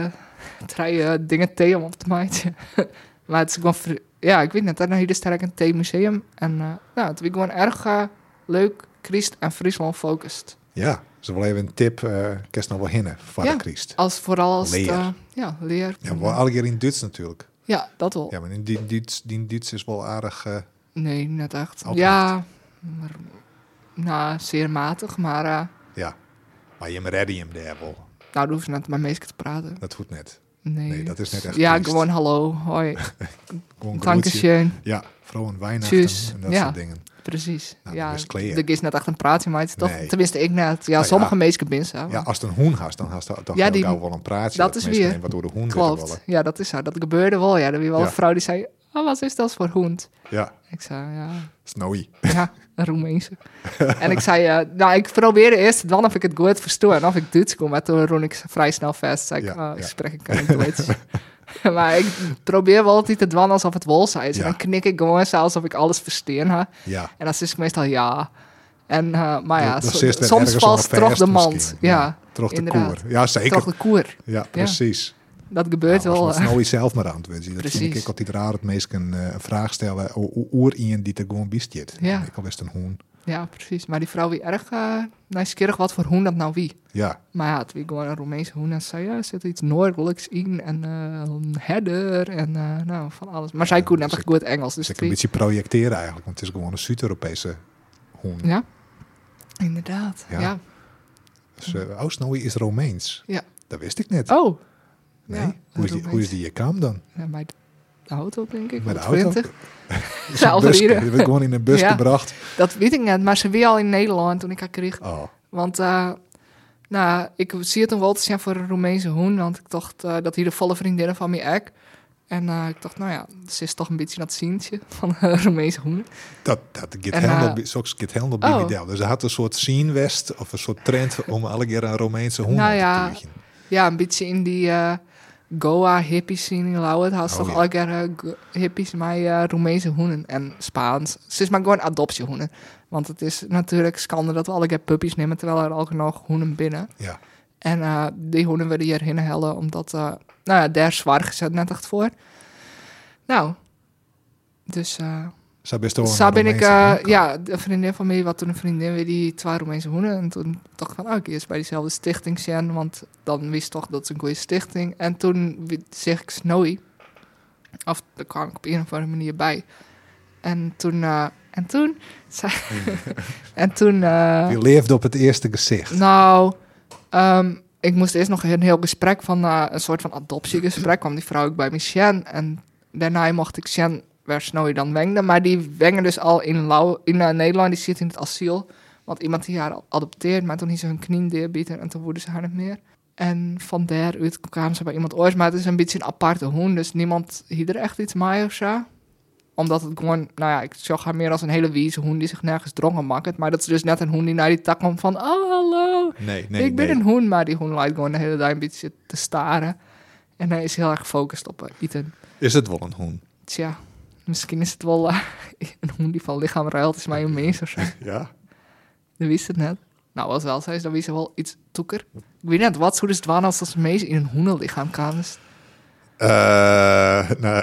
Speaker 4: 3 dingen thee om op te maken. Maar het is gewoon... Ja, ik weet niet. Daar hier is sterk een theemuseum. En nou, het is gewoon erg leuk, Christ en Friesland focused.
Speaker 2: Ja. Dus wel even een tip. Kerst nog wel hinnen voor
Speaker 4: Ja.
Speaker 2: de Christ.
Speaker 4: Vooral als het,
Speaker 2: Leer.
Speaker 4: ja, leer.
Speaker 2: Ja, wel alle keer in Duits natuurlijk.
Speaker 4: Ja, dat wel.
Speaker 2: Ja, maar in die Duits is wel aardig...
Speaker 4: Nee, net echt.
Speaker 2: Ook
Speaker 4: ja, maar, nou, zeer matig. Maar
Speaker 2: ja. Maar je redde hem daar wel.
Speaker 4: nou, dan hoef je net met mensen te praten.
Speaker 2: Dat hoeft net.
Speaker 4: Nee,
Speaker 2: Nee, dat is net echt
Speaker 4: Ja,
Speaker 2: triest.
Speaker 4: gewoon hallo, hoi,
Speaker 2: Gewoon groetje.
Speaker 4: dankeschön.
Speaker 2: Ja, vrouwen Weihnachten
Speaker 4: Tjus.
Speaker 2: en dat
Speaker 4: Ja.
Speaker 2: soort dingen.
Speaker 4: Precies.
Speaker 2: Nou,
Speaker 4: ja,
Speaker 2: dat is clear.
Speaker 4: er is net echt een praatje, maar het is toch,
Speaker 2: Nee.
Speaker 4: tenminste ik net. Ja,
Speaker 2: Nou
Speaker 4: sommige
Speaker 2: ja.
Speaker 4: mensen binnen.
Speaker 2: Ja, als het een hoen hast, dan hast je toch
Speaker 4: Ja,
Speaker 2: heel
Speaker 4: die-
Speaker 2: gauw wel een praatje.
Speaker 4: dat is
Speaker 2: mensen
Speaker 4: weer.
Speaker 2: nemen wat door de hoen willen
Speaker 4: Klopt.
Speaker 2: willen.
Speaker 4: Ja, dat is zo. Dat gebeurde wel. Ja, er was wel
Speaker 2: Ja.
Speaker 4: een vrouw die zei, oh, wat is dat voor hond?
Speaker 2: Ja,
Speaker 4: Ik zei, ja,
Speaker 2: snowy.
Speaker 4: ja, een Roemeense. En ik zei, nou, ik probeerde eerst dan of ik het goed verstoor en of ik Duits kon, maar toen roen ik vrij snel vast. Zei ik,
Speaker 2: Ja,
Speaker 4: ik
Speaker 2: ja.
Speaker 4: spreek ik geen Duits. Maar ik probeer wel altijd te dwan alsof het wol zei. Dus
Speaker 2: Ja.
Speaker 4: dan knik ik gewoon zo alsof ik alles verstaan ha.
Speaker 2: Ja.
Speaker 4: En dan is het meestal ja. En, maar ja,
Speaker 2: Dan zit er
Speaker 4: soms
Speaker 2: ergens
Speaker 4: valt
Speaker 2: al
Speaker 4: het toch de
Speaker 2: vast
Speaker 4: mand.
Speaker 2: misschien.
Speaker 4: Ja,
Speaker 2: Terug de
Speaker 4: inderdaad.
Speaker 2: koer. Ja, zeker.
Speaker 4: toch de koer.
Speaker 2: Ja, precies.
Speaker 4: Dat gebeurt
Speaker 2: Nou,
Speaker 4: wel.
Speaker 2: als Snowy zelf maar aan het weet. Dat
Speaker 4: Precies.
Speaker 2: vind ik altijd raar dat mensen een vraag stellen. Oer iemand die er gewoon bist.
Speaker 4: Ja.
Speaker 2: Ik al is het een hoen.
Speaker 4: Ja, precies. Maar die vrouw wie erg nieuwsgierig wat voor hoen dat nou wie.
Speaker 2: Ja,
Speaker 4: Maar ja, het wie gewoon een Roemeense hoen en zei, ja, er zit iets noordelijks in en een herder en nou, van alles. Maar zij kon net echt goed Engels, dus
Speaker 2: dus ik een beetje projecteren eigenlijk, want het is gewoon een Zuid-Europese hoen.
Speaker 4: ja, inderdaad.
Speaker 2: Ja.
Speaker 4: Ja.
Speaker 2: Dus Snowy is Romeins.
Speaker 4: Ja.
Speaker 2: Dat wist ik net.
Speaker 4: Oh.
Speaker 2: Nee?
Speaker 4: Ja,
Speaker 2: Hoe is die je kwam dan?
Speaker 4: Ja, bij de auto, denk ik.
Speaker 2: Met de
Speaker 4: of
Speaker 2: auto?
Speaker 4: 20.
Speaker 2: Is
Speaker 4: Zelfs
Speaker 2: een bus,
Speaker 4: hier.
Speaker 2: je werd gewoon in een bus
Speaker 4: Ja.
Speaker 2: gebracht.
Speaker 4: Dat weet ik net, maar ze weer al in Nederland toen ik haar kreeg.
Speaker 2: Oh,
Speaker 4: Want ik zie het een wel te zijn voor een Roemeense hoen, want ik dacht dat hier de volle vriendinnen van mij ek. En ik dacht, nou ja, ze is toch een beetje dat zientje van Roemeense hoenen.
Speaker 2: dat get
Speaker 4: En,
Speaker 2: helemaal bij
Speaker 4: oh.
Speaker 2: Dus er had een soort scene-west of een soort trend om alle keer een Romeinse hoen
Speaker 4: Nou
Speaker 2: aan
Speaker 4: ja,
Speaker 2: te tuurtje.
Speaker 4: Ja, een beetje in die Goa hippies zien in Lauwert. Had ze
Speaker 2: Oh,
Speaker 4: toch
Speaker 2: ja.
Speaker 4: alle keer hippies met Roemeense hoenen en Spaans. Ze is maar gewoon adoptiehoenen. Want het is natuurlijk schande dat we alle keer puppies nemen, terwijl er al genoeg hoenen binnen.
Speaker 2: Ja.
Speaker 4: En die hoenen willen hierheen hellen, omdat, nou ja, daar zwaar gezet net echt voor. Nou, dus
Speaker 2: Zo best wel
Speaker 4: zo
Speaker 2: een
Speaker 4: ben ik,
Speaker 2: Romeinse hoen.
Speaker 4: ja, een vriendin van mij, wat toen een vriendin weer die 2 Roemeense hoenen. En toen dacht ik van, ik eerst bij diezelfde stichting zijn, want dan wist toch dat het een goede stichting. En toen zeg ik Snowy, of daar kwam ik op een of andere manier bij. En toen zei, en toen,
Speaker 2: Je leefde op het eerste gezicht.
Speaker 4: nou, ik moest eerst nog een heel gesprek van een soort van adoptiegesprek. Kwam die vrouw ook bij me Sjen. En daarna mocht ik Sjen waar Snowy dan wengde. Maar die wengen dus al in Nederland. Die zit in het asiel. Want iemand die haar adopteert. Maar toen is ze hun knie deerbieten. En toen woedde ze haar niet meer. En van daaruit kwamen ze bij iemand oors. Maar het is een beetje een aparte hoen. Dus niemand hier er echt iets mee of zo. Omdat het gewoon, nou ja, ik zag haar meer als een hele wieze hoen die zich nergens drongen maakt. Maar dat is dus net een hoen die naar die tak komt van, oh hallo,
Speaker 2: Nee,
Speaker 4: ik ben een hoen. Maar die hoen lijkt gewoon de hele dag een beetje te staren. En hij is heel erg gefocust op eten.
Speaker 2: Is het wel een hoen?
Speaker 4: Tja, misschien is het wel een hoen die van lichaam ruilt, is mij een mens of zo.
Speaker 2: Ja.
Speaker 4: Dat wist het net. Nou, als wel zei, dan wist ze wel iets toeker. Ik weet net, wat zou dus dwaan als dat mees in een hoenenlichaam kan. Dus
Speaker 2: Nou,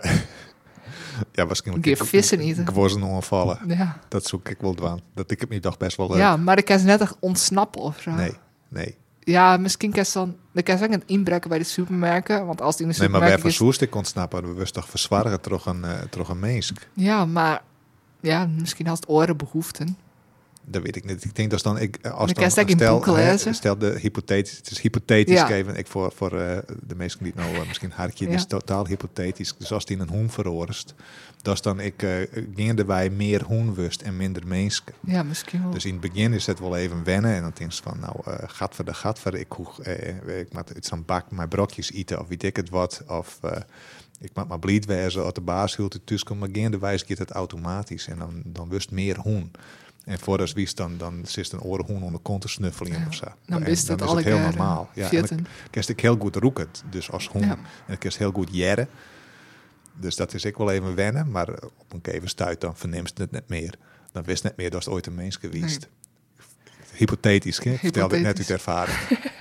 Speaker 2: ja, waarschijnlijk.
Speaker 4: Een keer vissen eten.
Speaker 2: Ik was een onvallen.
Speaker 4: ja.
Speaker 2: Dat zoek ik wel dwaan. Dat ik het niet dacht best wel leuk.
Speaker 4: Ja, maar ik kan ze net echt ontsnappen of zo.
Speaker 2: Nee.
Speaker 4: Ja, misschien kan ze dan... Dan kan ze ook het inbreken bij de supermarkten. Want als die in de
Speaker 2: Nee, maar wij
Speaker 4: supermarkt
Speaker 2: van
Speaker 4: is...
Speaker 2: Soest ik kon snappen. We wisten toch verzwaren toch een mens.
Speaker 4: Ja, maar... Ja, misschien als het oren behoeften.
Speaker 2: Dat weet ik niet. Ik denk dat dan ik als
Speaker 4: Dan kan je het ook in boeken lezen.
Speaker 2: stel de hypothetisch, het is hypothetisch
Speaker 4: Ja.
Speaker 2: even. Ik voor de mensen die het nou misschien hartje, het
Speaker 4: Ja.
Speaker 2: is totaal hypothetisch. Dus als die een hoen veroorst, dat is dan ik geende wij meer hoen wust en minder mensen.
Speaker 4: Ja, misschien wel.
Speaker 2: Dus in het begin is het wel even wennen en dan denk je van nou gadver, ik maak iets aan bak mijn brokjes eten of weet ik het wat of ik maak maar blied wezen uit de baas hield het thuis komt, maar gaande wijs gaat het automatisch en dan wist meer hoen. En voordat ze wist, dan zit een orenhoen onder kont te snuffelen
Speaker 4: Ja,
Speaker 2: of zo.
Speaker 4: dan
Speaker 2: En
Speaker 4: wist het
Speaker 2: is
Speaker 4: alle
Speaker 2: heel
Speaker 4: keer,
Speaker 2: normaal. Ja, en
Speaker 4: vierten.
Speaker 2: dan kerst ik heel goed roeken, dus als hoen.
Speaker 4: Ja.
Speaker 2: En dan kerst heel goed jaren. Dus dat is ik wel even wennen, maar op een keer stuit dan verneemt het net meer. Dan wist net meer dat het ooit een mens geweest. Hypothetisch, hè? Vertelde ik net uit ervaring.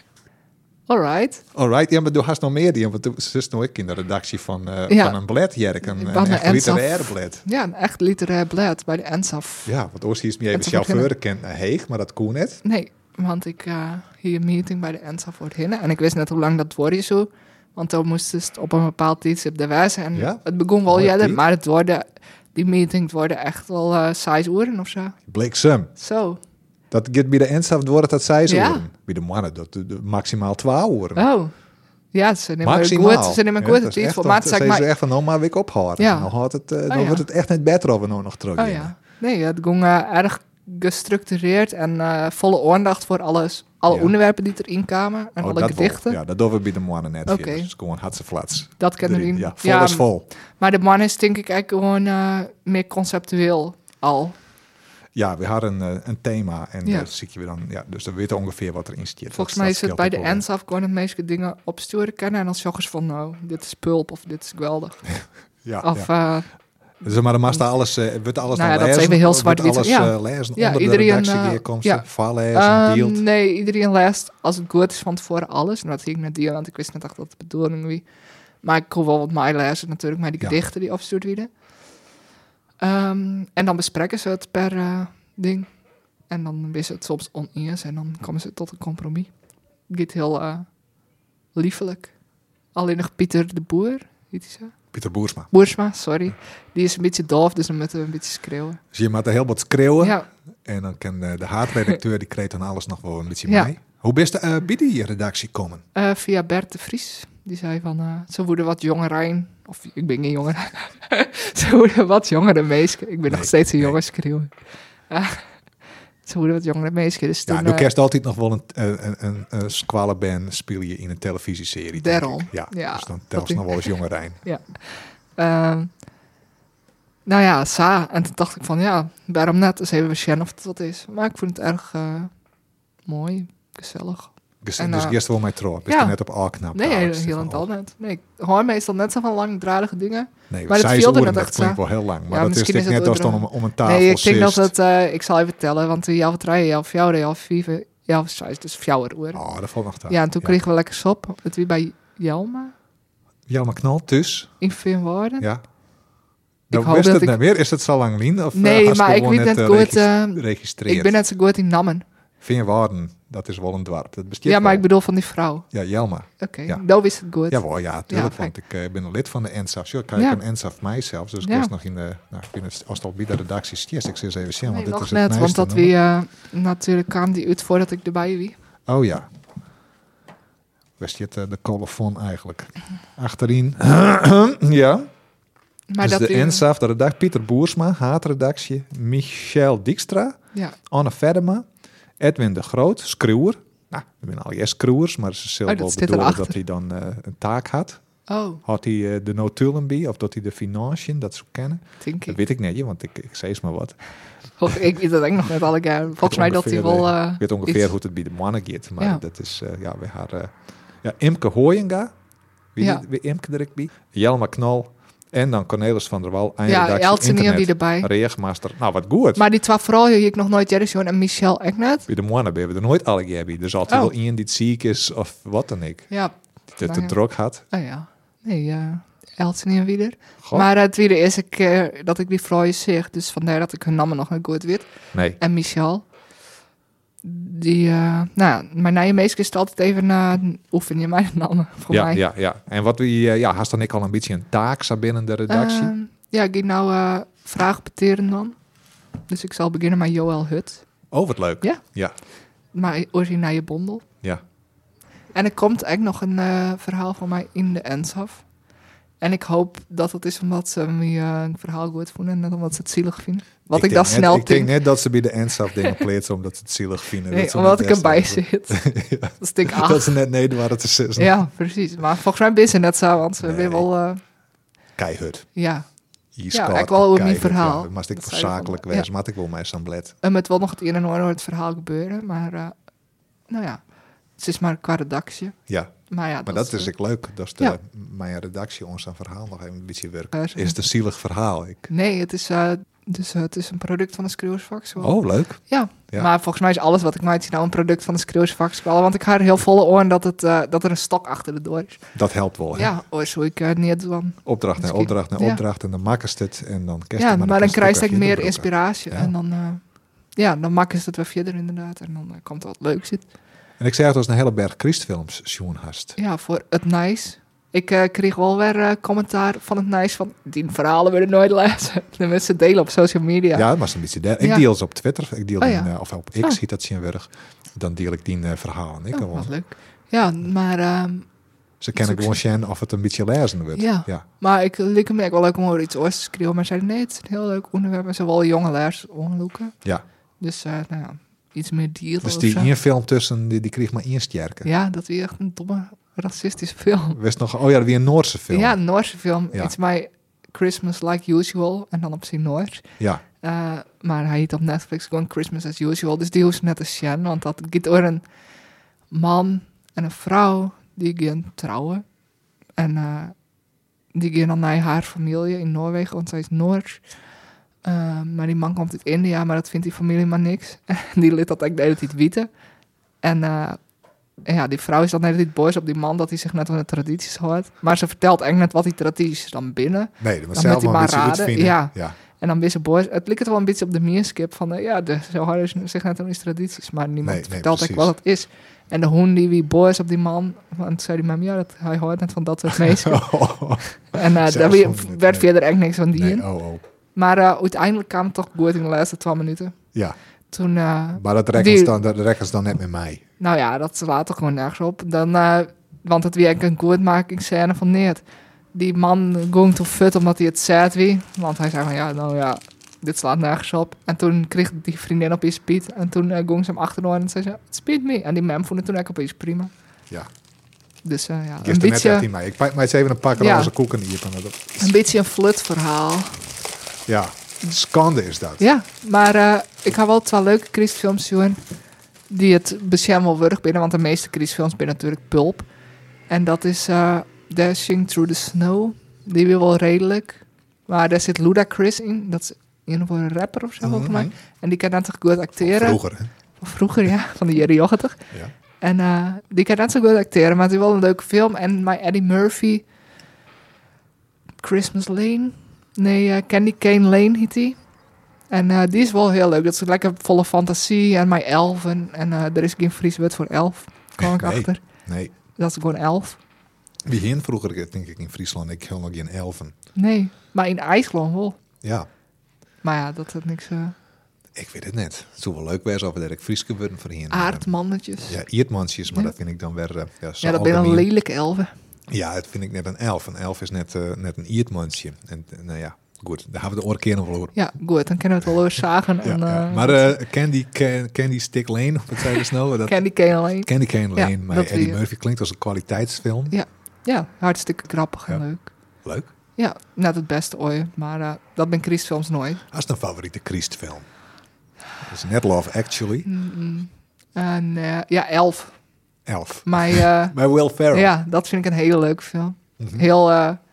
Speaker 4: Alright.
Speaker 2: Alright, ja, maar du hast nog meer die, want ze is nog ik in de redactie van een blad, Jerk, een
Speaker 4: Van de
Speaker 2: echt
Speaker 4: Ensaf.
Speaker 2: literaire blad.
Speaker 4: Ja, een echt literair blad bij de Ensaf.
Speaker 2: Ja, want ooit is me even
Speaker 4: Ensaf
Speaker 2: chauffeur kent naar Heeg, maar dat kon net.
Speaker 4: Nee, want ik hier een meeting bij de Ensaf voor het hinnen. En ik wist net hoe lang dat wordt zo. Want dan moest het op een bepaald tijdstip de wijze. En
Speaker 2: Ja?
Speaker 4: het begon wel
Speaker 2: Mooi
Speaker 4: jaren,
Speaker 2: tijd.
Speaker 4: maar het worden, die meeting het worden echt wel 6 uur of zo.
Speaker 2: Bliksem.
Speaker 4: Zo.
Speaker 2: Dat gaat bij de Ensaf wordt dat 6
Speaker 4: Ja.
Speaker 2: uur. Bij de mannen dat maximaal 12 uur.
Speaker 4: Oh. Ja, ze nemen
Speaker 2: Maximaal.
Speaker 4: goed, ze nemen
Speaker 2: Ja,
Speaker 4: goed
Speaker 2: dat
Speaker 4: de
Speaker 2: is
Speaker 4: tijd
Speaker 2: echt
Speaker 4: voor.
Speaker 2: dan-
Speaker 4: Maar het zeg
Speaker 2: zeggen ze
Speaker 4: maar...
Speaker 2: echt van, nou maar ik ophouden.
Speaker 4: Ja.
Speaker 2: Dan, houdt het, dan
Speaker 4: ja.
Speaker 2: wordt het echt niet beter of we nou nog terug
Speaker 4: Oh
Speaker 2: gaan.
Speaker 4: ja. Nee, het ging erg gestructureerd en volle aandacht voor alles. Alle
Speaker 2: Ja.
Speaker 4: onderwerpen die erin kwamen en
Speaker 2: Oh,
Speaker 4: alle
Speaker 2: dat wel.
Speaker 4: gedichten.
Speaker 2: Ja, dat doen we bij de mannen net.
Speaker 4: Oké.
Speaker 2: Okay. Dus gewoon hartstikke flats.
Speaker 4: Dat kan erin.
Speaker 2: Ja, vol is vol.
Speaker 4: Maar de man is denk ik eigenlijk gewoon meer conceptueel al.
Speaker 2: Ja, we hadden een thema en
Speaker 4: Ja.
Speaker 2: dat zie je dan. Ja, dus dan weten we ongeveer wat erin zit.
Speaker 4: Volgens
Speaker 2: Dat
Speaker 4: mij is het
Speaker 2: scheelt
Speaker 4: bij
Speaker 2: ook
Speaker 4: de
Speaker 2: wel weer.
Speaker 4: ENSAF gewoon het meeste dingen opsturen kennen. En dan zeggen ze van, nou, dit is pulp of dit is geweldig.
Speaker 2: Ja,
Speaker 4: Of,
Speaker 2: ja. Dus maar dan mag je alles, wordt alles
Speaker 4: Nou ja,
Speaker 2: dan
Speaker 4: dat is
Speaker 2: lezen.
Speaker 4: even heel
Speaker 2: Wordt
Speaker 4: zwart-wit.
Speaker 2: alles
Speaker 4: Ja.
Speaker 2: lezen
Speaker 4: Ja,
Speaker 2: onder
Speaker 4: iedereen,
Speaker 2: de redactiebijeenkomsten.
Speaker 4: ja.
Speaker 2: Voorlezen, deelt.
Speaker 4: nee, iedereen leest als het goed is van tevoren alles. En dat zie ik net deel, want ik wist net echt dat de bedoeling was. Maar ik kon wel wat mij lezen natuurlijk, maar die
Speaker 2: Ja.
Speaker 4: gedichten die opgestuurd werden. En dan bespreken ze het per ding. En dan is het soms oneens en dan komen ze tot een compromis. Het gaat heel liefelijk. Alleen nog Pieter de Boer, heet hij zo?
Speaker 2: Pieter Boersma.
Speaker 4: Boersma, sorry. Die is een beetje doof, dus dan moeten we een beetje schreeuwen.
Speaker 2: Dus je moet er heel wat schreeuwen.
Speaker 4: Ja,
Speaker 2: En dan kan de haatredacteur, die kreeg dan alles nog wel een beetje
Speaker 4: Ja.
Speaker 2: mee. Hoe bist je bij die redactie komen?
Speaker 4: via Bert de Vries. Die zei van, ze worden wat jongeren. Of ik ben geen jongere. Ze worden wat jongere meisjes. Ik ben nog steeds een jongen schreeuwen. Ze worden wat jongere meisjes. Dus
Speaker 2: Ja,
Speaker 4: toen,
Speaker 2: nu kerst altijd nog wel een squaleband speel je in een televisieserie. denk
Speaker 4: Daarom.
Speaker 2: ik. Ja,
Speaker 4: Ja,
Speaker 2: dus dan
Speaker 4: dat
Speaker 2: telt ze
Speaker 4: is-
Speaker 2: nog wel eens jongerijn.
Speaker 4: nou ja, Sa. En toen dacht ik van, ja, waarom net? Dus even zien of het wat is. Maar ik vond het erg mooi, gezellig.
Speaker 2: Dus,
Speaker 4: En,
Speaker 2: dus eerst wel mij trouw. Bist
Speaker 4: ja.
Speaker 2: er net op A-knap.
Speaker 4: Nee, heel en al net. Nee, ik hoor meestal net zo van langdradige dingen.
Speaker 2: Nee,
Speaker 4: Maar dat
Speaker 2: zij
Speaker 4: viel er
Speaker 2: oren,
Speaker 4: net
Speaker 2: dat
Speaker 4: echt
Speaker 2: klinkt
Speaker 4: zo.
Speaker 2: wel heel lang. Maar
Speaker 4: Ja,
Speaker 2: dat is
Speaker 4: misschien
Speaker 2: denk
Speaker 4: is
Speaker 2: net
Speaker 4: het
Speaker 2: als dan
Speaker 4: ook
Speaker 2: om een tafel
Speaker 4: Nee, ik denk dat
Speaker 2: zist.
Speaker 4: het... ik zal even tellen, want de jaar 3, jaar 4, jaar 5, jaar 6, dus 4 uur.
Speaker 2: Oh, dat valt nog daar.
Speaker 4: Ja, en toen kregen we lekker sop. Het weer bij Jelma,
Speaker 2: Ja, maar knal, dus.
Speaker 4: in Veenwoorden.
Speaker 2: Ja.
Speaker 4: Ik
Speaker 2: Nou,
Speaker 4: hoop
Speaker 2: wist
Speaker 4: dat
Speaker 2: het
Speaker 4: ik...
Speaker 2: niet meer? Is het zo lang lien? Of,
Speaker 4: Nee,
Speaker 2: hast je
Speaker 4: maar ik
Speaker 2: gewoon
Speaker 4: weet net goed...
Speaker 2: registreerd.
Speaker 4: ik ben net zo goed in Nammen.
Speaker 2: Veenwouden, dat is wel een dorp. Dat bestaat
Speaker 4: Ja, maar
Speaker 2: wel.
Speaker 4: ik bedoel van die vrouw.
Speaker 2: Ja, Jelma.
Speaker 4: Oké,
Speaker 2: Ja.
Speaker 4: dat wist het goed.
Speaker 2: Jawel, ja, tuurlijk.
Speaker 4: Ja,
Speaker 2: want ik ben een lid van de NSAF. Zo, ik kijk
Speaker 4: Ja.
Speaker 2: een NSAF mijzelf. Dus ik
Speaker 4: Ja.
Speaker 2: was nog in de... Nou, ik ben het, als het al bij de redactie is, ik zeg eens even zien.
Speaker 4: Nee,
Speaker 2: Want dit
Speaker 4: nog
Speaker 2: is het
Speaker 4: net, want
Speaker 2: meeste
Speaker 4: dat
Speaker 2: nummer.
Speaker 4: wie... natuurlijk kwam die uit voordat ik erbij wie.
Speaker 2: Oh ja. Wist je het, de colofon eigenlijk? Achterin. Ja.
Speaker 4: Maar
Speaker 2: Dus
Speaker 4: dat
Speaker 2: de
Speaker 4: die-
Speaker 2: NSAF, de redactie Pieter Boersma, haatredactie, Michel Dijkstra,
Speaker 4: Ja,
Speaker 2: Anne Verdema, Edwin de Groot, schreeuwer. Nou, we zijn al schreeuwers, maar ze zullen
Speaker 4: Oh, dat
Speaker 2: wel
Speaker 4: zit
Speaker 2: bedoelen
Speaker 4: erachter.
Speaker 2: dat hij dan een taak had.
Speaker 4: oh,
Speaker 2: Had hij de notulen bij, of dat hij de financiën, dat zo kennen?
Speaker 4: denk
Speaker 2: Dat
Speaker 4: ik.
Speaker 2: weet ik niet, want ik zei eens maar wat.
Speaker 4: Ik weet dat ook nog net alle keer. Volgens mij dat hij wel...
Speaker 2: Ik weet ongeveer
Speaker 4: iets-
Speaker 2: hoe het bij de mannen gaat, maar
Speaker 4: Ja.
Speaker 2: dat is, ja, we haar... ja, Imke Hooyenga, wie Imke er ik bij? Jelma Knol en dan Cornelis van der Wal,
Speaker 4: Ja,
Speaker 2: eindredactie
Speaker 4: Eltsen wie
Speaker 2: internet.
Speaker 4: erbij.
Speaker 2: Reagmaster. Nou, wat goed.
Speaker 4: Maar die twee vrouwen hier ik nog nooit Jerry en Michel echt net.
Speaker 2: Bij de mannen hebben we er nooit alle keer bij. Er is altijd
Speaker 4: Oh.
Speaker 2: wel iemand die ziek is of wat dan ik.
Speaker 4: Ja,
Speaker 2: Die het
Speaker 4: Nou
Speaker 2: te
Speaker 4: ja.
Speaker 2: druk had.
Speaker 4: oh ja. Nee, Eltsen en wieder.
Speaker 2: Goh.
Speaker 4: Maar het weer de eerste keer dat ik die vrouwen zeg. Dus vandaar dat ik hun namen nog niet goed weet.
Speaker 2: Nee.
Speaker 4: En Michel. Die, nou, mijn nieuwe meisje is het altijd even oefen je mijn namen voor
Speaker 2: Ja,
Speaker 4: mij.
Speaker 2: ja, ja. En wat we, ja, haast dan ik al een beetje een taak zo binnen de redactie.
Speaker 4: Ja, ik ga nou vragen beteren dan. Dus ik zal beginnen met Joël Hut.
Speaker 2: Oh, wat leuk.
Speaker 4: Ja.
Speaker 2: Ja,
Speaker 4: Maar originele bondel.
Speaker 2: ja.
Speaker 4: En er komt echt nog een verhaal van mij in de NSAF. En ik hoop dat het is omdat ze me een verhaal goed vonden en net omdat ze het zielig vinden. Wat ik,
Speaker 2: denk
Speaker 4: dan snel
Speaker 2: Ik denk
Speaker 4: denk.
Speaker 2: net dat ze bij de eindstaf dingen pleiten omdat ze het zielig vinden.
Speaker 4: Nee,
Speaker 2: Dat ze
Speaker 4: omdat
Speaker 2: net
Speaker 4: ik erbij
Speaker 2: best-
Speaker 4: zit. Dat is denk ik
Speaker 2: Dat
Speaker 4: acht.
Speaker 2: ze net nee waren te zitten.
Speaker 4: Ja, precies. Maar volgens mij ben ze net zo, want ze
Speaker 2: Nee.
Speaker 4: weer wel...
Speaker 2: Keihard.
Speaker 4: ja,
Speaker 2: Ierskoud,
Speaker 4: ik wel over mijn
Speaker 2: keihard,
Speaker 4: verhaal.
Speaker 2: Ja, maar als ik
Speaker 4: Dat
Speaker 2: voor
Speaker 4: zei je
Speaker 2: zakelijk
Speaker 4: van-
Speaker 2: wees, maar ik wil mij zo'n blad.
Speaker 4: het wil nog het een en ander het verhaal gebeuren. Maar nou ja, het is maar qua redactie.
Speaker 2: Ja,
Speaker 4: Maar ja,
Speaker 2: maar dat is ik leuk. Dat is de,
Speaker 4: Ja.
Speaker 2: mijn redactie ons aan verhaal nog even een beetje werk.
Speaker 4: Ja,
Speaker 2: Is het een zielig verhaal?
Speaker 4: Nee, het is, het is een product van de schreeuwersvak.
Speaker 2: Oh, leuk.
Speaker 4: Ja.
Speaker 2: Ja.
Speaker 4: Maar volgens mij is alles wat ik maak nou een product van de schreeuwersvakspel. Want ik ga er heel volle oren dat er een stok achter de deur is.
Speaker 2: Dat helpt wel. Hè?
Speaker 4: Ja, oh, zou ik niet doen.
Speaker 2: Opdracht naar
Speaker 4: Misschien.
Speaker 2: opdracht naar
Speaker 4: Ja.
Speaker 2: opdracht en dan maken ze het en dan kerst
Speaker 4: Ja, maar dan krijg je
Speaker 2: je
Speaker 4: meer inspiratie.
Speaker 2: Ja.
Speaker 4: En dan maken ze het weer verder inderdaad. En dan komt er wat leuks in.
Speaker 2: En ik zei dat als een hele berg Christfilms Sjoen hast.
Speaker 4: Ja, voor het nice. Ik kreeg wel weer commentaar van het nice van... Die verhalen willen nooit lezen. De mensen delen op social media.
Speaker 2: Ja, dat was een beetje der. Ik
Speaker 4: Ja.
Speaker 2: deel ze op Twitter. Ik deel
Speaker 4: Oh,
Speaker 2: die,
Speaker 4: ja.
Speaker 2: of op X
Speaker 4: Oh.
Speaker 2: ziet dat zien werk. Dan deel ik die verhalen. Ik
Speaker 4: Oh,
Speaker 2: gewoon.
Speaker 4: wat leuk. Ja, maar...
Speaker 2: Ze kennen gewoon zien of het een beetje lezen wordt.
Speaker 4: Ja.
Speaker 2: Ja.
Speaker 4: Maar ik leek me wel leuk om over iets oors te schrijven. Maar zeiden nee, het is een heel leuk onderwerp. En ze wel jonge leers onderzoeken.
Speaker 2: Ja.
Speaker 4: Dus nou ja, iets meer dieren
Speaker 2: Dus
Speaker 4: of
Speaker 2: die
Speaker 4: zo.
Speaker 2: één film tussen, die kreeg maar één sterke.
Speaker 4: Ja, dat is echt een domme racistische film.
Speaker 2: Wist nog, oh ja, dat weer een Noorse film.
Speaker 4: Ja, een Noorse film.
Speaker 2: Ja.
Speaker 4: Iets mij Christmas Like Usual. En dan op zijn Noors.
Speaker 2: Ja.
Speaker 4: Maar hij heet op Netflix gewoon Christmas as Usual. Dus die hoeft net te zien. Want dat gaat door een man en een vrouw die gaan trouwen. En die gaan dan naar haar familie in Noorwegen, want zij is Noors. Maar die man komt uit India, maar dat vindt die familie maar niks. En die liet dat eigenlijk de hele tijd weten. En ja, die vrouw is dan de hele tijd boos op die man dat hij zich net aan de tradities houdt. Maar ze vertelt eigenlijk net wat die tradities dan binnen.
Speaker 2: Nee, dat was
Speaker 4: Dan
Speaker 2: zelf
Speaker 4: moet hij
Speaker 2: maar een
Speaker 4: maar
Speaker 2: beetje
Speaker 4: raden.
Speaker 2: uitvinden.
Speaker 4: Ja.
Speaker 2: Ja.
Speaker 4: En dan wist ze boos. Het lijkt wel een beetje op de meerskip van... zo hadden ze zich net aan die tradities. Maar niemand vertelt echt wat het is. En de hoen die wie boos op die man. Want zei die man, hij hoort net van dat soort meisjes. En daar werd verder echt niks van die.
Speaker 2: Nee,
Speaker 4: Maar uiteindelijk kwam het toch goed in de laatste 2 minuten.
Speaker 2: Ja.
Speaker 4: Toen,
Speaker 2: maar dat rekken ze dan net met mij.
Speaker 4: Nou ja, dat slaat er gewoon nergens op. Dan, want het weer een goedmakingsscène van Neert. Die man ging toen fut omdat hij het zet wie. Want hij zei van dit slaat nergens op. En toen kreeg die vriendin opeens spiet. En toen ging ze hem achterdoor en zei ze, het spiet me. En die man vond het toen ook opeens prima.
Speaker 2: Ja.
Speaker 4: Dus een
Speaker 2: beetje...
Speaker 4: beetje...
Speaker 2: Net ik pak maar eens even een pak roze koeken hier.
Speaker 4: Een beetje een flutverhaal.
Speaker 2: Ja, schande is dat.
Speaker 4: Ja, maar ik had wel 2 leuke Christfilms zien. Die het bescherm wel wurg binnen. Want de meeste Christfilms zijn natuurlijk pulp. En dat is Dashing Through the Snow. Die weer wel redelijk. Maar daar zit Ludacris in. Dat is een of andere rapper of zo, volgens mij. En die kan dan toch goed acteren.
Speaker 2: Vroeger, hè?
Speaker 4: Vroeger, ja. Van de jaren 80.
Speaker 2: Ja.
Speaker 4: En die kan net zo goed acteren. Maar het is wel een leuke film. En met Eddie Murphy. Christmas Lane. Nee, Candy Cane Lane heet die. En die is wel heel leuk. Dat is lekker volle fantasie. En mijn elfen. En er is geen Fries woord voor elf. Kwam ik achter.
Speaker 2: Nee.
Speaker 4: Dat is gewoon elf.
Speaker 2: Wie heen vroeger, denk ik, in Friesland. Ik heb nog geen elfen.
Speaker 4: Nee, maar in IJsland wel.
Speaker 2: Ja.
Speaker 4: Maar ja, dat is niks...
Speaker 2: Ik weet het net. Het zou wel leuk zijn of dat ik Fries kan worden voor hier.
Speaker 4: Aardmannetjes.
Speaker 2: Ja, iertmansjes, maar dat vind ik dan weer...
Speaker 4: ja, dat ben een lelijke elfen.
Speaker 2: Ja, dat vind ik net een elf. Een elf is net een iertmansje. En nou ja, goed. Daar hebben we de oren keer nog wel over.
Speaker 4: Ja, goed. Dan kunnen we het wel eens zagen.
Speaker 2: Ja,
Speaker 4: en,
Speaker 2: maar Candy Stick Lane, wat zei je snel?
Speaker 4: Candy Cane Lane.
Speaker 2: Candy Cane Lane,
Speaker 4: Ja,
Speaker 2: maar
Speaker 4: dat
Speaker 2: Eddie
Speaker 4: weer.
Speaker 2: Murphy klinkt als een kwaliteitsfilm.
Speaker 4: Ja, hartstikke grappig en leuk.
Speaker 2: Leuk.
Speaker 4: Ja, net het beste ooit. Maar dat ben Christfilms nooit.
Speaker 2: Wat is een favoriete Christfilm? Dat is net Love Actually.
Speaker 4: En ja, Elf.
Speaker 2: Elf.
Speaker 4: Maar
Speaker 2: Bij Will Ferrell.
Speaker 4: ja, dat vind ik een hele leuke film. Heel,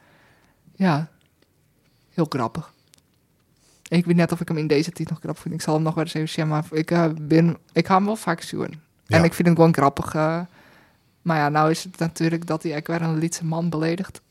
Speaker 4: heel grappig. Ik weet net of ik hem in deze tijd nog grappig vind. Ik zal hem nog wel eens even zien, maar ik ga hem wel vaak zien. En
Speaker 2: Ja.
Speaker 4: ik vind hem gewoon grappig. Maar ja, nou is het natuurlijk dat hij weer een Lietse man beledigt.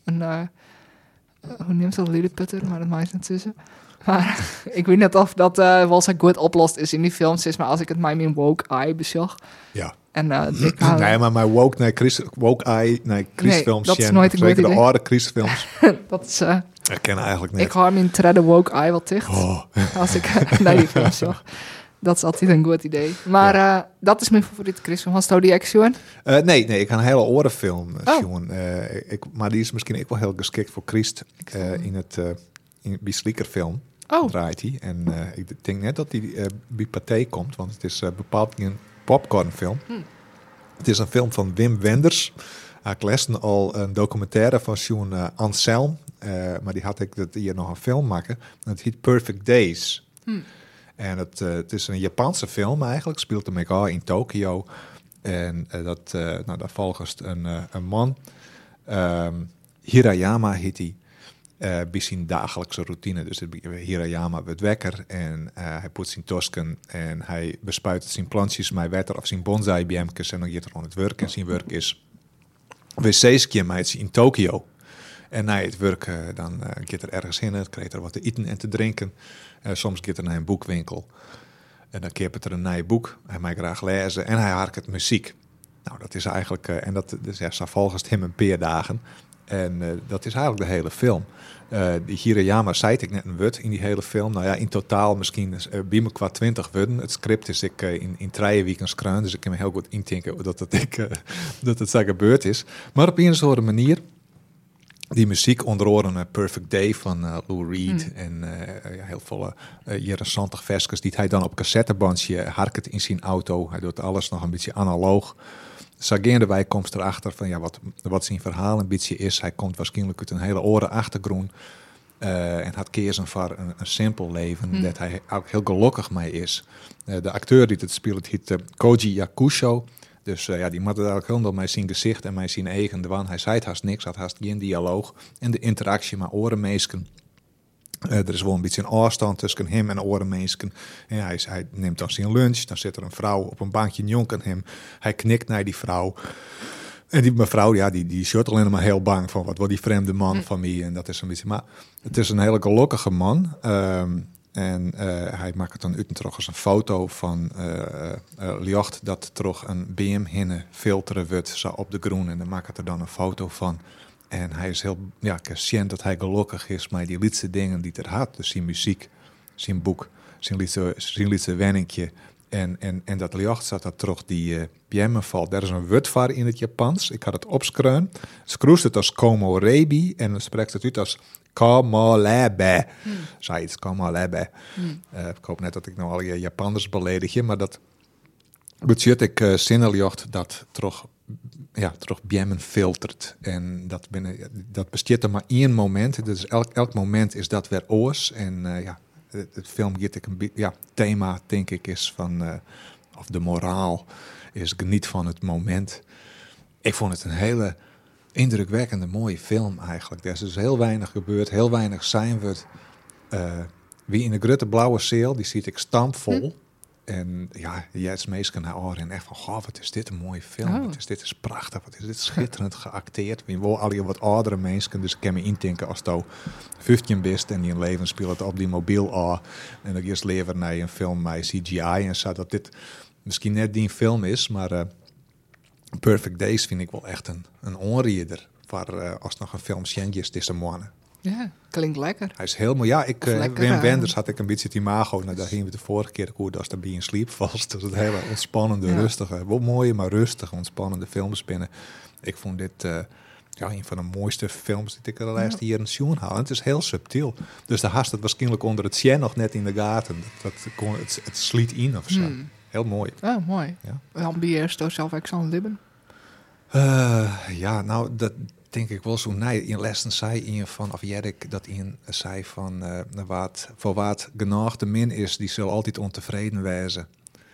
Speaker 4: Hoe neemt ze dat? Lilliputter, maar dat maakt het niet tussen. Maar ik weet net of dat wel zo goed oplost is in die films. Is maar als ik het mij in woke eye bezag.
Speaker 2: Ja.
Speaker 4: En
Speaker 2: Nee, maar mijn woke eye naar Christfilms.
Speaker 4: dat is nooit een goed
Speaker 2: zeker de
Speaker 4: idee.
Speaker 2: oude Christfilms.
Speaker 4: dat is...
Speaker 2: Ik ken eigenlijk net.
Speaker 4: Ik hou hem in tredde woke eye wel dicht.
Speaker 2: Oh.
Speaker 4: Als ik naar die film zag. Dat is altijd een goed idee. Maar dat is mijn favoriete Christfilm. Was het die action?
Speaker 2: Nee, ik ga een hele orenfilm
Speaker 4: Oh.
Speaker 2: zien. Maar die is misschien ook wel heel geschikt voor Christ. In bij Sliekerfilm draait hij. En ik denk net dat hij bij Pathé komt. Want het is bepaald een popcornfilm. Het is een film van Wim Wenders. Ik lees al een documentaire van Sjoen Anselm. Maar die had ik dat hier nog een film maken. Het heet Perfect Days. En het is een Japanse film eigenlijk. Speelt hem ook al in Tokio. En daar volgt een man. Hirayama heet hij. Bij zijn dagelijkse routine. Dus Hirayama wordt wekker en hij poetst zijn tosken en hij bespuit zijn plantjes met water of zijn bonsai-biemkes en dan gaat er aan het werk. En zijn werk is wc-skje met in Tokio. En na het werk dan gaat er ergens heen, krijgt er wat te eten en te drinken. Soms gaat er naar een boekwinkel en dan keert er een nieuw boek. Hij mag graag lezen en hij harkt muziek. Nou, dat is eigenlijk, en dat is volgens hem een paar dagen. En dat is eigenlijk de hele film. Die Hirayama zei ik net een woord in die hele film. Nou ja, in totaal misschien bij me qua 20 woorden. Het script is ik in 3 weken schreeuwen. Dus ik kan me heel goed indenken dat het zo gebeurd is. Maar op een soort manier. Die muziek onder andere Perfect Day van Lou Reed. En heel veel interessante versjes die hij dan op cassettebandje harkt in zijn auto. Hij doet alles nog een beetje analoog. Sageendewij komt erachter van ja, wat zijn verhaal een beetje is. Hij komt waarschijnlijk uit een hele oren achtergrond. En had keersen voor een simpel leven. Dat hij ook heel gelukkig mee is. De acteur die het speelt heet Koji Yakusho. Dus die moet het eigenlijk helemaal met zijn gezicht en met zijn eigen dwan. Hij zei het haast niks, had haast geen dialoog. En de interactie met orenmeesken. Er is wel een beetje een afstand tussen hem en orenmeesken. En hij neemt dan zijn lunch. Dan zit er een vrouw op een bankje jonken hem. Hij knikt naar die vrouw. En die mevrouw, die is alleen maar heel bang van wat wordt die vreemde man van mij. En dat is een beetje. Maar het is een hele gelukkige man. En hij maakt dan uiteindelijk als een foto van licht dat toch een beam hinne filteren wordt zo op de groen. En dan maakt het er dan een foto van. En hij is heel, ik zie dat hij gelukkig is met die liedste dingen die hij had. Dus zijn muziek, zijn boek, zijn liedste wenningje. En dat licht zat dat toch die beam valt. Daar is een woord voor in het Japans. Ik had het opschreven. Schroest het als komorebi en dan spreekt het uit als komolebe. Zei iets, komolebe. Ik hoop net dat ik nou al je Japanners beledig, maar dat betekent ik zinnenlicht dat toch bjemmen filtert. En dat bestaat er maar één moment. Dus elk moment is dat weer oors. En het film geeft ik een thema, denk ik, is van of de moraal is geniet van het moment. Ik vond het een hele indrukwekkende, mooie film eigenlijk. Er is dus heel weinig gebeurd, heel weinig zijn wordt. Wie in de grote blauwe zeel, die ziet ik stampvol. En jij is meestal naar oren en echt van, goh, wat is dit een mooie film. Wat is dit is prachtig, wat is dit schitterend geacteerd. We wel al je wat oudere mensen, dus ik kan me intinken als je 15 bent en die een leven speelt het op die mobiel aan. En dan eerst leven naar een film met CGI en zo, dat dit misschien net die film is, maar Perfect Days vind ik wel echt een onrieder. Voor als nog een film Schenjes tussen mannen.
Speaker 4: Ja, klinkt lekker.
Speaker 2: Hij is heel mooi. Ja, Wim Wenders had ik een beetje het imago. Nou, daar gingen we de vorige keer hoe dat er bij in sleep vast. Dus het hele ontspannende, rustige, wel mooie, maar rustige, ontspannende films binnen. Ik vond dit een van de mooiste films die ik de laatste jaren zien haal. En het is heel subtiel. Dus de haast het waarschijnlijk onder het sjen nog net in de gaten. Het sliet in of zo. Heel mooi.
Speaker 4: Oh, mooi.
Speaker 2: Ja.
Speaker 4: Dan ben je eerst door zelf ook zo'n libben?
Speaker 2: Nou, dat denk ik wel zo. Nee, in lessen zei een van, of Jerk, dat een zei van, voor wat genoeg de min is, die zal altijd ontevreden wezen.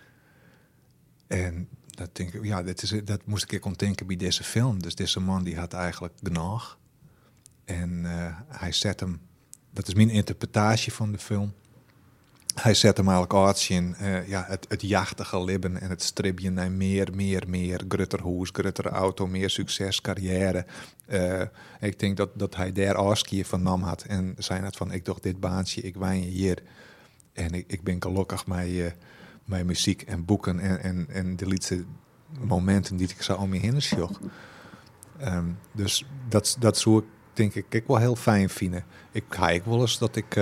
Speaker 2: En dat denk ik, dat moest ik ook denken bij deze film. Dus deze man die had eigenlijk genoeg. En hij zet hem, dat is mijn interpretatie van de film. Hij zet hem eigenlijk uit in het jachtige libben en het stribje naar meer, grutter huis, grutter auto, meer succes, carrière. Ik denk dat hij daar afskier van nam had en zei net van, ik doe dit baantje, ik wijn hier. En ik ben gelukkig met muziek en boeken en de liedste momenten die ik zo om me heen sjoch. Dus dat zou ik, denk ik wel heel fijn vinden. Ik ga wel eens dat ik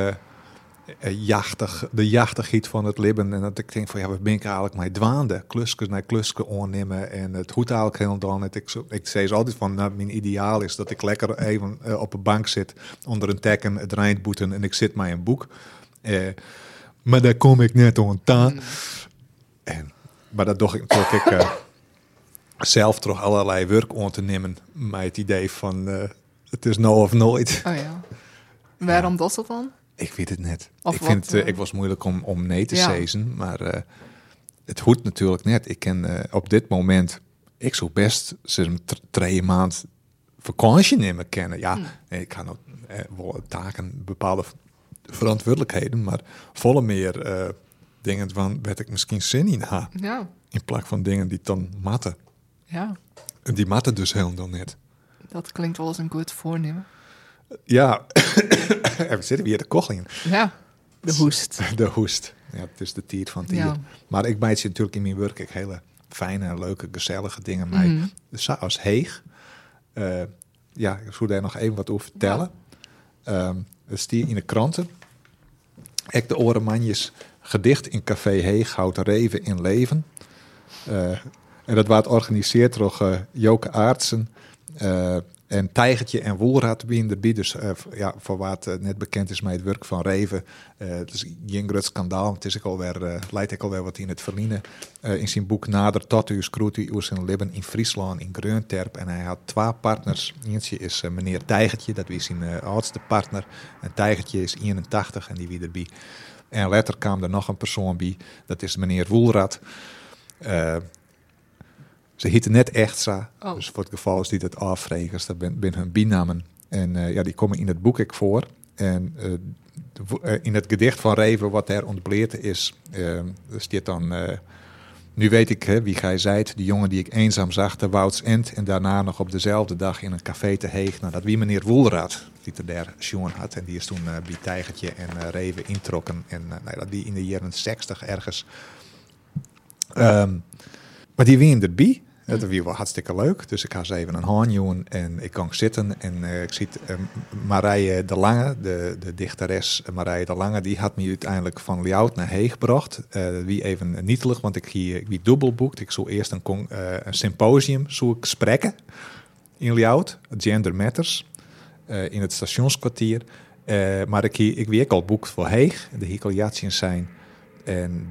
Speaker 2: de jachtigheid van het libben en dat ik denk van we ben ik eigenlijk mij dwaande klusjes naar klusjes aannemen en het hoed eigenlijk heel dan. Ik zei ze altijd van mijn ideaal is dat ik lekker even op een bank zit onder een tekken, het rijntboeten en ik zit met een boek. Maar daar kom ik net aan. Maar dat dacht ik natuurlijk zelf toch allerlei werk aan te nemen met het idee van het is nou of nooit.
Speaker 4: Oh ja. Waarom doet dat dan?
Speaker 2: Ik weet het net.
Speaker 4: Of
Speaker 2: ik
Speaker 4: wat,
Speaker 2: vind het was moeilijk om nee te zeggen, maar het hoeft natuurlijk net. Ik ken op dit moment, ik zou best een 3 maanden vakantie nemen kennen. Ja, ik ga nog wel taken, bepaalde verantwoordelijkheden, maar volle meer dingen van werd ik misschien zin in ha.
Speaker 4: Ja.
Speaker 2: In plaats van dingen die dan matten.
Speaker 4: Ja.
Speaker 2: En die matten dus helemaal net.
Speaker 4: Dat klinkt wel als een goed voornemen.
Speaker 2: Ja, we zitten weer de koching.
Speaker 4: Ja, de hoest.
Speaker 2: De hoest. Ja, het is de tiert van het hier. Maar ik meid je natuurlijk in mijn werk ik hele fijne, leuke, gezellige dingen mee. Dus als Heeg. Ik zou daar nog even wat over vertellen. Het stier in de kranten. Ik de Orenmanjes gedicht in Café Heeg houdt Reven in leven. En dat werd georganiseerd door Joke Aartsen. En Tijgertje en Woelraad bieden erbij. Dus voor wat net bekend is met het werk van Reven. Het is geen groot schandaal. Het is leidt ik alweer wat in het verliezen. In zijn boek Nader tot u schroeit u zijn leven in Friesland, in Greunterp. En hij had 2 partners. Eentje is meneer Tijgertje, dat was zijn oudste partner. En Tijgertje is 81 en die wie erbij. En later kwam er nog een persoon bij. Dat is meneer Woelraad. Ze hieten net echt zo.
Speaker 4: Oh.
Speaker 2: Dus voor het geval is die het afvregers, dat ben hun binamen. En die komen in het boek ook voor. En in het gedicht van Reven, wat daar ontbleert is, er staat dan Nu weet ik wie gij zijt, de jongen die ik eenzaam zag te Wouds End en daarna nog op dezelfde dag in een café te Heeg. Nou, dat wie meneer Woelraad, die er daar jongen had. En die is toen bij Tijgertje en Reven introkken. En dat die in de jaren 60 ergens. Maar die wien erbij. Dat was wel hartstikke leuk. Dus ik ga ze even een hand doen en ik kan zitten. En ik zie Marije de Lange, de dichteres Marije de Lange, die had me uiteindelijk van Ljout naar Heeg gebracht. Wie even nietelig, want ik wie dubbelboekt. Ik zou eerst een symposium zou ik spreken in Ljout, Gender Matters, in het stationskwartier. Maar ik wie al boekt voor Heeg. De hikeliaties zijn. En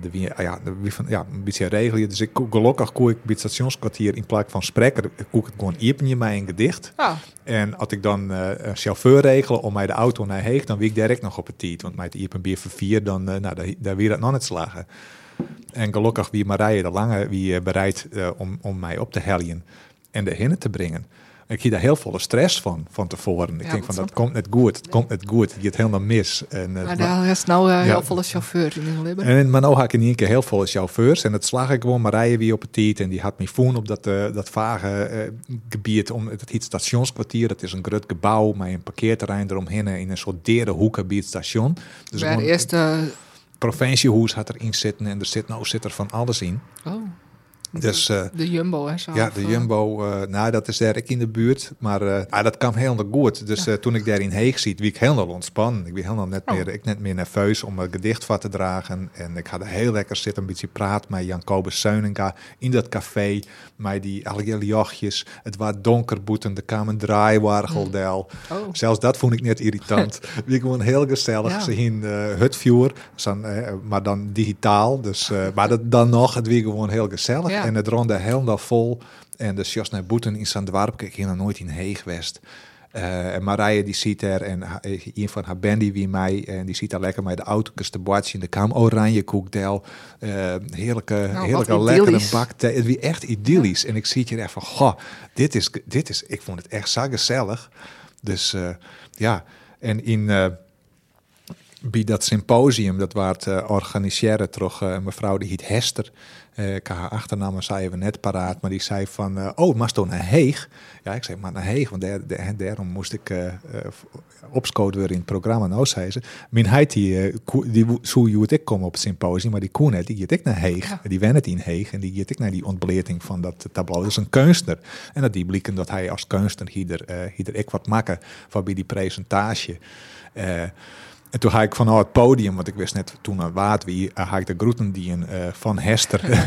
Speaker 2: een beetje regelen. Dus gelukkig kon ik bij het stationskwartier in plaats van spreken, kon ik het gewoon iepen mij een gedicht.
Speaker 4: Oh.
Speaker 2: En als ik dan een chauffeur regelen om mij de auto naar Heeg, dan wie ik direct nog op het tijd. Want mij het iepen bier voor 4, dan daar weer dat nog niet slagen. En gelukkig wie Marije de Lange wie bereid om mij op te heljen en de hinnen te brengen. Ik heb daar heel veel stress van tevoren. Ik denk van, dat komt net goed. Het komt net goed. Je het helemaal mis. En,
Speaker 4: maar daar is nou heel veel chauffeurs in de Libben.
Speaker 2: Maar nou had ik in één keer heel veel chauffeurs. En dat slag ik gewoon Marije wie op het tijd. En die had me voen op dat vage gebied. Het heet stationskwartier. Dat is een groot gebouw met een parkeerterrein eromheen. In een soort derenhoek bij het station. Dus
Speaker 4: waar de eerste
Speaker 2: provinciehuis had erin zitten. En zit er van alles in.
Speaker 4: Oh.
Speaker 2: Dus,
Speaker 4: de Jumbo en zo.
Speaker 2: Ja, de Jumbo, dat is daar ik in de buurt. Maar dat kwam helemaal goed. Dus toen ik daar in Heeg zit, wie ik helemaal ontspannen. Ik ben helemaal net meer nerveus om een gedicht van te dragen. En ik had heel lekker zitten, een beetje praten met Jan Kobus Seuninga in dat café. Met die alle jochjes. Het was donker boeten, er kwam een draaiwargeldel.
Speaker 4: Oh.
Speaker 2: Zelfs dat vond ik net irritant. Wie gewoon heel gezellig.
Speaker 4: Ja.
Speaker 2: Ze hien hutviewer, maar dan digitaal. Dus, maar dan nog, het wie gewoon heel gezellig.
Speaker 4: Ja.
Speaker 2: En het ronde helemaal vol. En de Jos naar Boeten in Zandwarp. Ik ging nog nooit in Heeg West. En Marije die ziet er. En een van haar bandy wie mij. En die ziet daar lekker met de auto's te boartje in de kam. Oranje koekdel. Heerlijke lekkere bak. Het wie echt idyllisch. Ja. En ik zie hier echt van. Goh, dit is. Ik vond het echt zo gezellig. Dus ja. En in. Bij dat symposium, dat werd organiseren toch een mevrouw die heet Hester. Ik haar achternaam zei we net paraat, maar die zei van, mag toch naar Heeg? Ja, ik zei, maar naar Heeg, want daarom moest ik opscoot weer in het programma. Nou, zei ze, mijn heid die zo je ik kom op het symposium, maar die kon net, die gaat ik naar Heeg. Ja. Die wen het in Heeg en die gaat ik naar die ontbleting van dat tableau. Dat is een kunstenaar. En dat die blikken dat hij als kunstenaar hier ik wat maken van bij die presentatie. En toen ga ik van het podium, want ik wist net toen aan waard wie, ga ik de groeten die van Hester.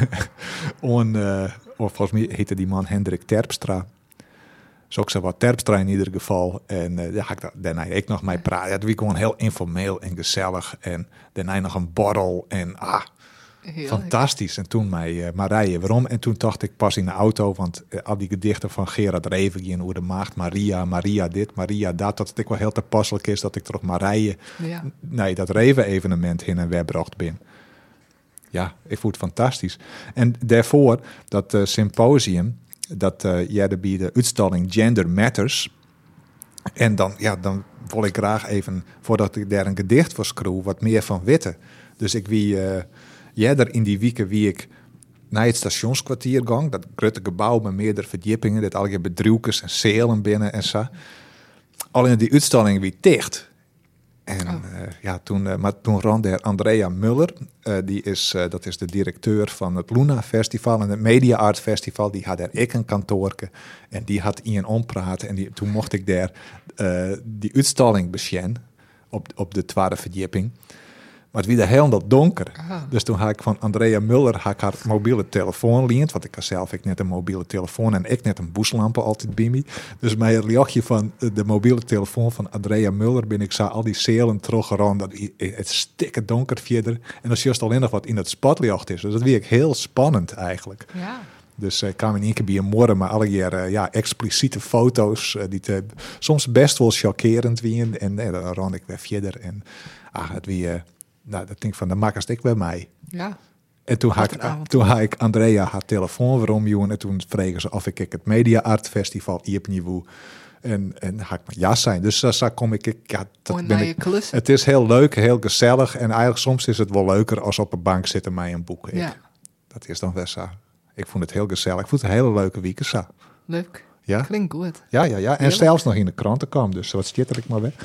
Speaker 2: Of volgens mij heette die man Hendrik Terpstra. Dus ook zo wat Terpstra in ieder geval. En daarna ik nog mee praten. Het was gewoon heel informeel en gezellig. En daarna nog een borrel en fantastisch. En toen Marije, waarom? En toen dacht ik pas in de auto, want al die gedichten van Gerard Reven en hoe de maagd Maria dit, Maria dat het ik wel heel toepasselijk is dat ik toch Marije, dat Reven-evenement in en wegbracht ben. Ja, ik vond het fantastisch. En daarvoor, dat symposium, dat bij de uitstalling Gender Matters. En dan wil ik graag even, voordat ik daar een gedicht voor schreeuw, wat meer van weten. Dus ik wie... er in die weken wie ik naar het stationskwartier gang, dat grote gebouw met meerdere verdiepingen, dat al je bedrijfjes en zelen binnen en zo. Al in die uitstalling wie dicht. En toen ran daar Andrea Muller, dat is de directeur van het Luna Festival en het Media Art Festival, die had daar ik een kantoorke en die had Ian ompraten en toen mocht ik daar die uitstalling besjen op de tweede verdieping. Maar het was helemaal donker. Aha. Dus toen had ik van Andrea Muller haar mobiele telefoon leend. Want ik had zelf net een mobiele telefoon en ik net een boeslampen altijd bij me. Dus met het lichtje van de mobiele telefoon van Andrea Muller ben ik zo al die zelen teruggerand. Dat het stikke donker verder. En dat is juist alleen nog wat in het spotlicht is. Dus dat vind ik heel spannend eigenlijk. Ja. Dus ik kwam in één keer bij een morgen, maar alle keer expliciete foto's die soms best wel chockerend waren. En dan ran ik weer verder. En het weer... dat denk ik van, dan maak ik bij mij. Ja. En toen had ik Andrea haar telefoon waarom joen. En toen vregen ze of ik het Media Art Festival opnieuw. En had ik mijn jas zijn. Dus zo kom ik. Het is heel leuk, heel gezellig. En eigenlijk soms is het wel leuker als op een bank zitten met een boek. Ja. dat is dan wel zo. Ik vond het heel gezellig. Ik vond het een hele leuke week. Zo.
Speaker 4: Leuk.
Speaker 2: Ja?
Speaker 4: Klinkt goed.
Speaker 2: Ja. En
Speaker 4: Heerlijk.
Speaker 2: zelfs nog in de kranten kwam. Dus wat stitter ik maar weg.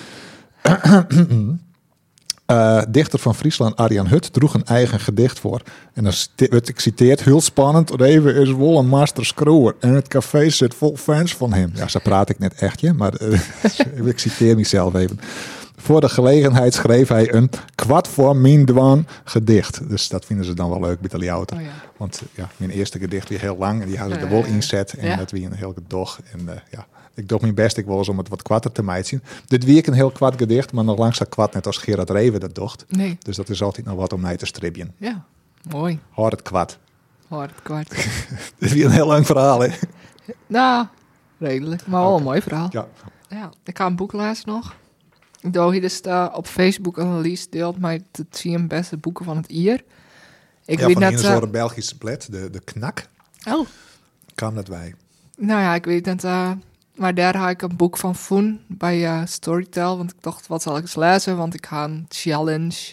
Speaker 2: Dichter van Friesland, Arjan Hut, droeg een eigen gedicht voor. En dan werd ik citeerd, heel spannend. Reven is wel een master screwer. En het café zit vol fans van hem. Ja, zo praat ik net echt, ja. Maar ik citeer mezelf even. Voor de gelegenheid schreef hij een kwart voor min dwan gedicht. Dus dat vinden ze dan wel leuk met de Ljouwter.
Speaker 4: Oh ja.
Speaker 2: Want ja, mijn eerste gedicht weer heel lang. En die hadden ze er wel inzet. En
Speaker 4: Ja.
Speaker 2: dat weer een heel gedoch. En ja, ik doe mijn best. Ik wil eens om het wat kwarter te mij zien. Dit week een heel kwart gedicht. Maar nog langs dat kwart net als Gerard Reven dat docht.
Speaker 4: Nee.
Speaker 2: Dus dat is altijd nog wat om mij te stribben.
Speaker 4: Ja. Mooi.
Speaker 2: Hoor het kwart.
Speaker 4: Hard kwart.
Speaker 2: Dit is weer een heel lang verhaal, hè?
Speaker 4: Nou, redelijk. Maar wel een mooi verhaal.
Speaker 2: Ja.
Speaker 4: Ja, ik ga een boek lezen nog. Ik doe hier dus op Facebook een Annelies deelt mij de 10 beste boeken van het jaar. Ik
Speaker 2: Ja,
Speaker 4: weet
Speaker 2: van
Speaker 4: net...
Speaker 2: een soort Belgische blad, de knak,
Speaker 4: oh,
Speaker 2: kwam dat wij.
Speaker 4: nou ja, ik weet net... maar daar had ik een boek van Foen bij Storytel. Want ik dacht, wat zal ik eens lezen? Want ik ga een challenge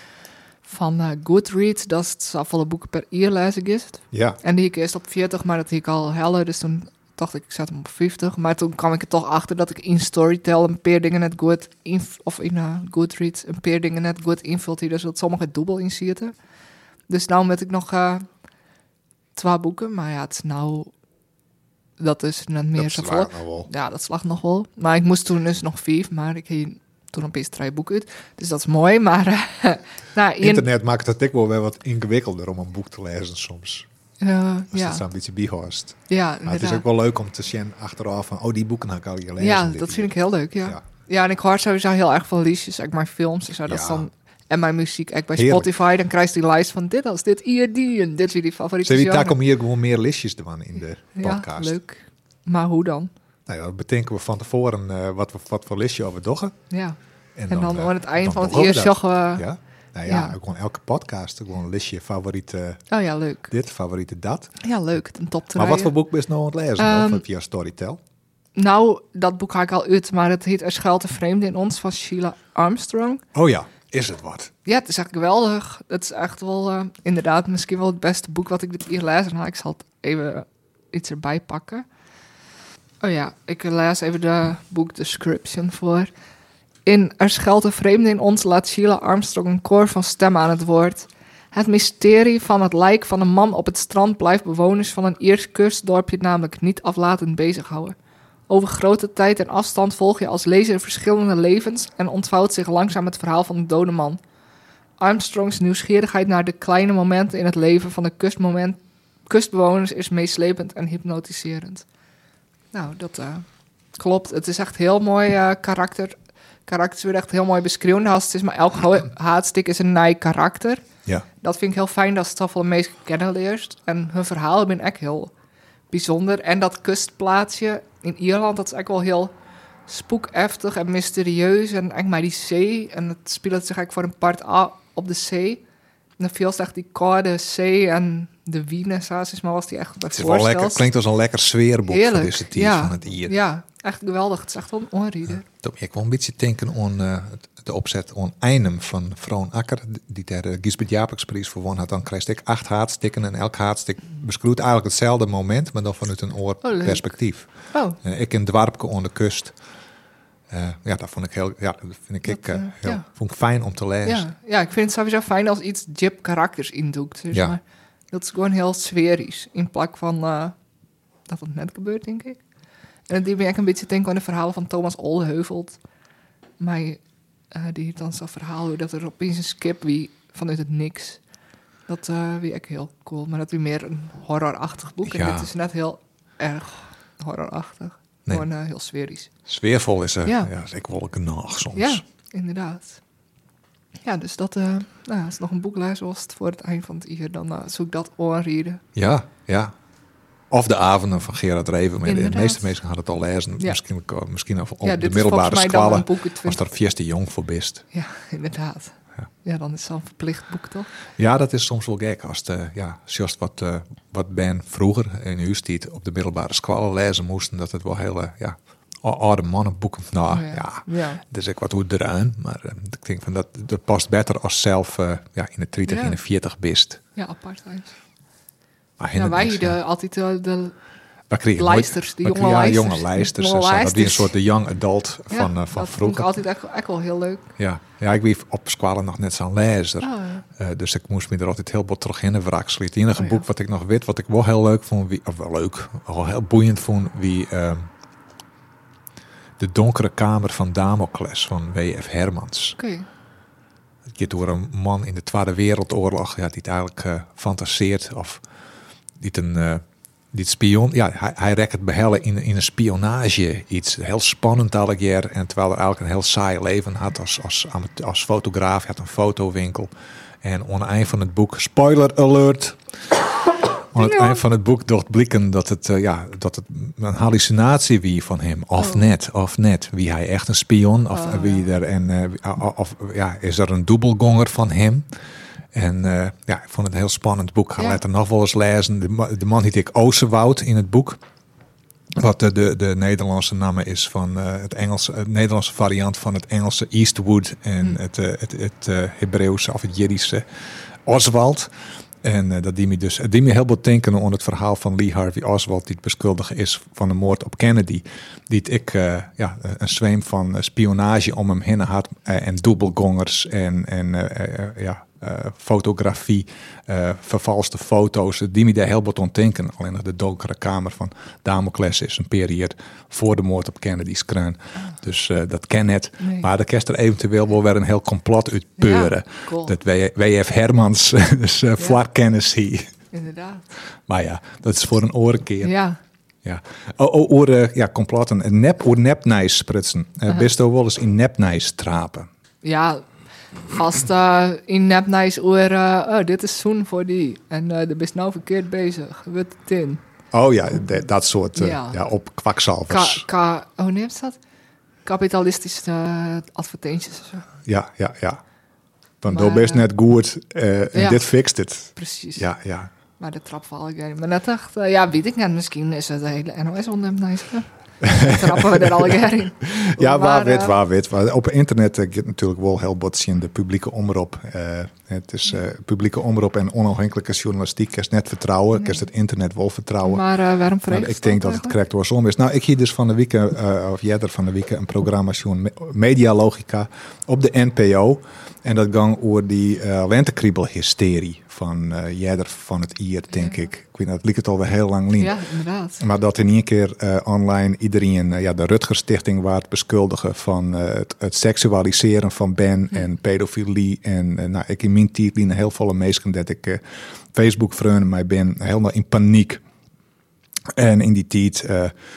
Speaker 4: van Goodreads. Dat is het afvallen boeken per jaar lezen is.
Speaker 2: Ja,
Speaker 4: En die ik eerst op 40, maar dat ik al heller. Dus toen dacht ik zet hem op 50. Maar toen kwam ik er toch achter dat ik in Storytel een paar dingen net goed... of in Goodreads een paar dingen net goed invult. Hier, dus dat sommige dubbel in zitten. Dus nou met ik nog 2 boeken. Maar ja, het is nou... Dat is net meer
Speaker 2: dat
Speaker 4: zo
Speaker 2: slaat
Speaker 4: vol.
Speaker 2: nou wel.
Speaker 4: Ja, dat slag nog wel. Maar ik moest toen dus nog 5. Maar ik ging toen opeens 3 boeken uit. Dus dat is mooi. Maar nou,
Speaker 2: Internet maakt het ook wel weer wat ingewikkelder om een boek te lezen soms. Als
Speaker 4: ja,
Speaker 2: het zo'n beetje bijhoort.
Speaker 4: ja,
Speaker 2: Maar het is
Speaker 4: inderdaad.
Speaker 2: ook wel leuk om te zien achteraf van... oh, die boeken heb ik al gelezen.
Speaker 4: Ja,
Speaker 2: dit
Speaker 4: dat
Speaker 2: hier.
Speaker 4: vind ik heel leuk, ja.
Speaker 2: Ja.
Speaker 4: Ja, en ik hoor sowieso heel erg van liedjes. Ik mijn films en zo. Dat
Speaker 2: Ja.
Speaker 4: is dan, en mijn muziek. Ik bij
Speaker 2: Heerlijk.
Speaker 4: Spotify, dan krijg je die lijst van dit als dit, hier, die. En dit is die favoriete
Speaker 2: Zullen we
Speaker 4: genre.
Speaker 2: daar om hier gewoon meer listjes doen in de
Speaker 4: Ja,
Speaker 2: podcast?
Speaker 4: leuk. Maar hoe dan?
Speaker 2: Nou ja, dat bedenken we van tevoren wat voor listje we doggen.
Speaker 4: Ja. En dan aan het
Speaker 2: dan
Speaker 4: eind van het
Speaker 2: doggen we
Speaker 4: jaar
Speaker 2: dat.
Speaker 4: zag we...
Speaker 2: Ja? Nou ja,
Speaker 4: Ja.
Speaker 2: gewoon elke podcast. Gewoon een listje favoriete
Speaker 4: Oh ja, leuk.
Speaker 2: dit, favoriete dat.
Speaker 4: Ja, leuk. Een top te
Speaker 2: Maar wat voor
Speaker 4: rijden.
Speaker 2: boek ben je nou aan het lezen? Of via Storytel?
Speaker 4: Nou, dat boek ga ik al uit. Maar het heet Er schuilt een vreemde in ons van Sheila Armstrong.
Speaker 2: Oh ja, is het wat?
Speaker 4: Ja, het is echt geweldig. Het is echt wel, inderdaad, misschien wel het beste boek wat ik dit hier lees. Nou, ik zal het even iets erbij pakken. Oh ja, ik lees even de boekdescription voor. In Er schuilt een vreemde in ons laat Sheila Armstrong een koor van stemmen aan het woord. Het mysterie van het lijk van een man op het strand blijft bewoners van een Iers kustdorpje namelijk niet aflatend bezighouden. Over grote tijd en afstand volg je als lezer verschillende levens en ontvouwt zich langzaam het verhaal van de dode man. Armstrongs nieuwsgierigheid naar de kleine momenten in het leven van de kustbewoners is meeslepend en hypnotiserend. Nou, dat klopt. Het is echt heel mooi karakter. Karakters worden echt heel mooi beschreven. Het is maar elk haatstuk is een nieuw karakter.
Speaker 2: Ja.
Speaker 4: Dat vind ik heel fijn dat ze het van meest kennen leert. En hun verhaal ben echt heel bijzonder. En dat kustplaatsje in Ierland, dat is echt wel heel spookachtig en mysterieus. En eigenlijk maar die zee. En het speelt zich eigenlijk voor een part A op de zee. En dan viel echt die koude zee en de Wiener, maar was die echt bij
Speaker 2: Het is wel lekker, klinkt als een lekker sfeerboek van deze tijd van het hier.
Speaker 4: Ja, echt geweldig. Het is echt wel een onrieder.
Speaker 2: Ik wil een beetje denken aan de opzet aan Einem van Vroon Akker, die daar de Gisbert Japeksprijs voor won had. Dan krijg ik 8 haatstikken en elk haatstik beschroeit eigenlijk hetzelfde moment, maar dan vanuit een
Speaker 4: leuk.
Speaker 2: perspectief.
Speaker 4: Oh,
Speaker 2: Ik in Dwarpke aan de kust. Ja, dat vond ik heel, ja, dat vind ik vond ik fijn om te lezen.
Speaker 4: ja, ik vind het sowieso fijn als iets Jip karakters indoekt. Dus
Speaker 2: Ja.
Speaker 4: maar dat is gewoon heel sferisch. In plak van dat het net gebeurt, denk ik. En die ben ik een beetje denken aan de verhalen van Thomas Oldeheuvelt. Maar die dan zo'n verhaal dat er opeens een skip wie vanuit het niks. Dat wie ik heel cool. Maar dat is meer een horrorachtig boek.
Speaker 2: Ja.
Speaker 4: En dit is net heel erg horrorachtig.
Speaker 2: Nee.
Speaker 4: Gewoon heel sferisch.
Speaker 2: Sfeervol is er.
Speaker 4: Ja.
Speaker 2: Ja, is ik wel genoeg soms.
Speaker 4: Ja, inderdaad. Ja, dus dat, nou, als nog een boek lezen was voor het eind van het jaar, dan zoek ik dat aanrieden.
Speaker 2: Ja, ja. Of de avonden van Gerard Reven. Maar de
Speaker 4: Inderdaad.
Speaker 2: meeste mensen hadden het al lezen.
Speaker 4: Ja.
Speaker 2: Misschien op
Speaker 4: Ja,
Speaker 2: de
Speaker 4: dit is
Speaker 2: middelbare
Speaker 4: volgens mij dan
Speaker 2: scholen.
Speaker 4: een boek het
Speaker 2: Was daar vast te jong voor bist.
Speaker 4: Ja, inderdaad.
Speaker 2: Ja.
Speaker 4: Ja, dan is het zo'n verplicht boek, toch?
Speaker 2: Ja, dat is soms wel gek. Als de, ja, zoals wat Ben vroeger in uw tijd op de middelbare scholen lezen moesten, dat het wel hele oude mannenboeken. Nou,
Speaker 4: Oh ja.
Speaker 2: dus ik wat hoe eruit. Maar ik denk van dat past beter als zelf in de 30
Speaker 4: Ja.
Speaker 2: in de 40 bist.
Speaker 4: Ja, apart.
Speaker 2: Maar
Speaker 4: Ja, wij
Speaker 2: niks,
Speaker 4: hier altijd de
Speaker 2: we kregen
Speaker 4: lijsters, die
Speaker 2: nooit-
Speaker 4: jonge
Speaker 2: ja,
Speaker 4: lijsters.
Speaker 2: jonge lijsters.
Speaker 4: Jonge
Speaker 2: Dat die een
Speaker 4: lijsters.
Speaker 2: soort de young adult
Speaker 4: ja,
Speaker 2: van
Speaker 4: dat vond ik
Speaker 2: vroeger.
Speaker 4: altijd echt wel heel leuk.
Speaker 2: Ja, ik wie op school nog net zo'n lezer.
Speaker 4: Oh,
Speaker 2: Dus ik moest me er altijd heel wat terug in de wraksel. Het enige
Speaker 4: Oh, ja.
Speaker 2: boek wat ik nog weet, wat ik wel heel leuk vond, wel heel boeiend vond, wie De Donkere Kamer van Damocles van W.F. Hermans.
Speaker 4: Oké.
Speaker 2: Het gaat door een man in de Tweede Wereldoorlog, ja, die het eigenlijk fantaseert of die spion. Ja, hij rekt het behellen in een spionage iets heel spannend elk jaar. En terwijl hij eigenlijk een heel saai leven had als fotograaf. Hij had een fotowinkel. En aan het eind van het boek, spoiler alert. Aan het eind van het boek docht blikken dat het een hallucinatie wie van hem. Of net. Wie hij echt een spion. Is er een dubbelgonger van hem. En ik vond het een heel spannend boek. Ga later nog wel eens lezen. De man heet ik Oosterwoud in het boek. Wat de Nederlandse naam is van het Nederlandse variant van het Engelse Eastwood. En het Hebreeuwse of het Jiddische Oswald. En dat die me heel veel denken aan het verhaal van Lee Harvey Oswald, die beschuldigd is van de moord op Kennedy. Die een zweem van spionage om hem heen had en dubbelgongers en fotografie, vervalste foto's, die me daar heel wat aan denken. Alleen nog de Donkere Kamer van Damocles is een periode voor de moord op Kennedy's kroon. Dus dat ken het.
Speaker 4: Nee.
Speaker 2: Maar dan kerst er eventueel wel weer een heel complot uitpeuren.
Speaker 4: Ja, cool.
Speaker 2: Dat W.F. Hermans dus voorkennis hier.
Speaker 4: Inderdaad.
Speaker 2: Maar ja, dat is voor een orenkeer.
Speaker 4: Ja.
Speaker 2: Ja. Complotten. Nepnijs sprutsen. Best wel eens in nepnijs trapen.
Speaker 4: Ja, als in nepnijs oor, dit is zoen voor die. En de best nou verkeerd bezig. Wat het in?
Speaker 2: Oh ja, dat soort op kwakzalvers.
Speaker 4: Hoe neemt dat? Kapitalistische advertenties of zo.
Speaker 2: Ja. Want
Speaker 4: Maar,
Speaker 2: dat best net goed en dit fixt het.
Speaker 4: Precies.
Speaker 2: Ja.
Speaker 4: Maar de trap val ik niet. Maar net dacht, weet ik net, misschien is het de hele NOS on nepnijs. Trappen we er al in.
Speaker 2: Ja, waar weet. Op internet gaat natuurlijk wel heel botje in de publieke omroep. Het is publieke omroep en onafhankelijke journalistiek. Is net vertrouwen. Is het internet wel vertrouwen.
Speaker 4: Maar waarom vreemd?
Speaker 2: Maar ik denk dat het correct doorsom is. Nou, ik hier dus van de week, een programma Medialogica op de NPO. En dat ging over die lentekriebelhysterie van Jeder van het Ier, denk ik. Ik weet dat het liep het alweer heel lang niet.
Speaker 4: Ja, inderdaad.
Speaker 2: Maar dat in één keer online iedereen de Rutgers Stichting waard beschuldigen van het seksualiseren van Ben en pedofilie. En ik in mijn tijd ben heel volle mensen dat ik Facebook vrienden mij ben helemaal in paniek. En in die tijd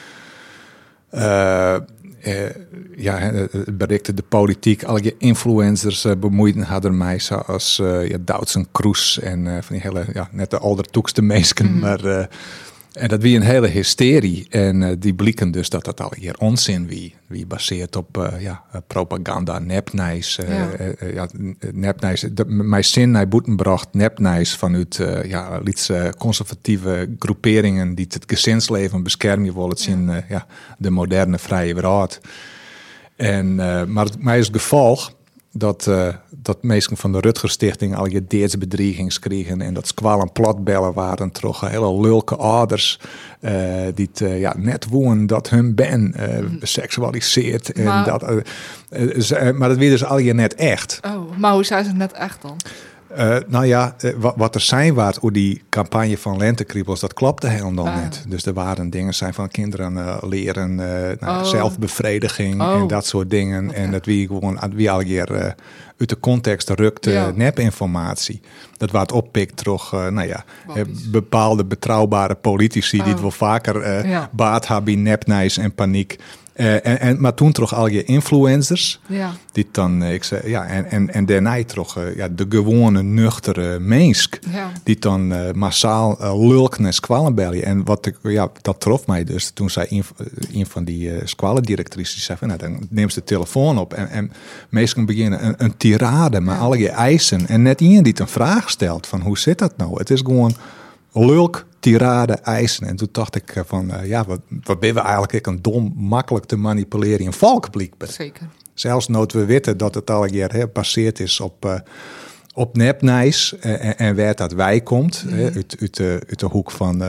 Speaker 2: berichtte de politiek, al je influencers bemoeiden hadden mij, zoals Doutzen Kroes en van die hele, net de allertoekste mensen, maar en dat wie een hele hysterie. En die blikken dus dat dat al hier onzin wie baseert op propaganda, nepnijs. Nepnijs. Mijn zin naar boeten bracht nepnijs vanuit conservatieve groeperingen die het gezinsleven beschermen willen zien de moderne vrije wereld. En maar mij is het gevolg dat mensen van de Rutgers Stichting al je doodsbedreigings kregen en dat squal en platbellen waren toch hele lulke ouders die net wonen dat hun ben seksualiseert.
Speaker 4: Maar,
Speaker 2: Maar dat weer dus al je net echt.
Speaker 4: Oh, maar hoe zijn ze het net echt dan?
Speaker 2: Wat er zijn waard over die campagne van lentekriebels, dat klopte helemaal net. Dus er waren dingen zijn van kinderen leren, zelfbevrediging en dat soort dingen. Okay. En dat wie gewoon al keer uit de context rukte nepinformatie. Dat wat oppikt toch bepaalde betrouwbare politici die het wel vaker baat hebben in nepnijs en paniek. Maar toen toch al je influencers, die dan, en daarna toch de gewone nuchtere mens, die dan massaal lulken squallenbellen. En dat trof mij dus. Toen zei een van die squallendirectrices, zei van, dan neemt ze de telefoon op en mensen beginnen een tirade met al je eisen. En net iemand die een vraag stelt van, hoe zit dat nou? Het is gewoon lulk, tirade, eisen. En toen dacht ik van, wat ben we eigenlijk een dom, makkelijk te manipuleren in volk blijkbaar.
Speaker 4: Zeker.
Speaker 2: Zelfs nooit we weten dat het al een keer gepasseerd is op nepnijs en waar dat wij komt, uit de hoek van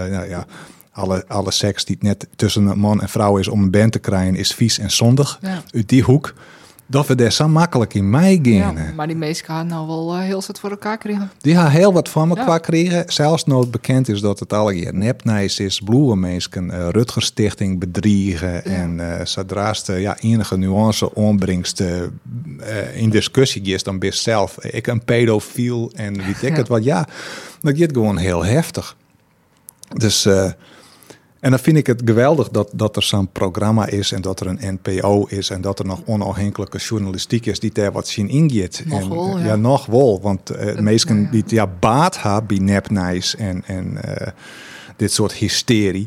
Speaker 2: alle seks die net tussen een man en vrouw is om een band te krijgen, is vies en zondig.
Speaker 4: Ja.
Speaker 2: Uit die hoek, dat we daar zo makkelijk in mij gaan.
Speaker 4: Ja, maar die meesten gaan nou wel heel zet voor elkaar krijgen.
Speaker 2: Die gaan heel wat van me
Speaker 4: Ja.
Speaker 2: qua kregen. Zelfs nooit bekend is dat het allegear nepnijs is, bloeie mensen, Rutgers Stichting bedriegen en zodraast enige nuance onbrengst in discussie is, dan best zelf ik een pedofiel en weet ik het wat. Ja, dat gaat gewoon heel heftig. Dus en dan vind ik het geweldig dat er zo'n programma is en dat er een NPO is en dat er nog onafhankelijke journalistiek is die daar wat zien ingeet.
Speaker 4: Nog
Speaker 2: En,
Speaker 4: wel, ja.
Speaker 2: nog wel. Want mensen
Speaker 4: ja.
Speaker 2: die baat hebben bij nepnijs en dit soort hysterie,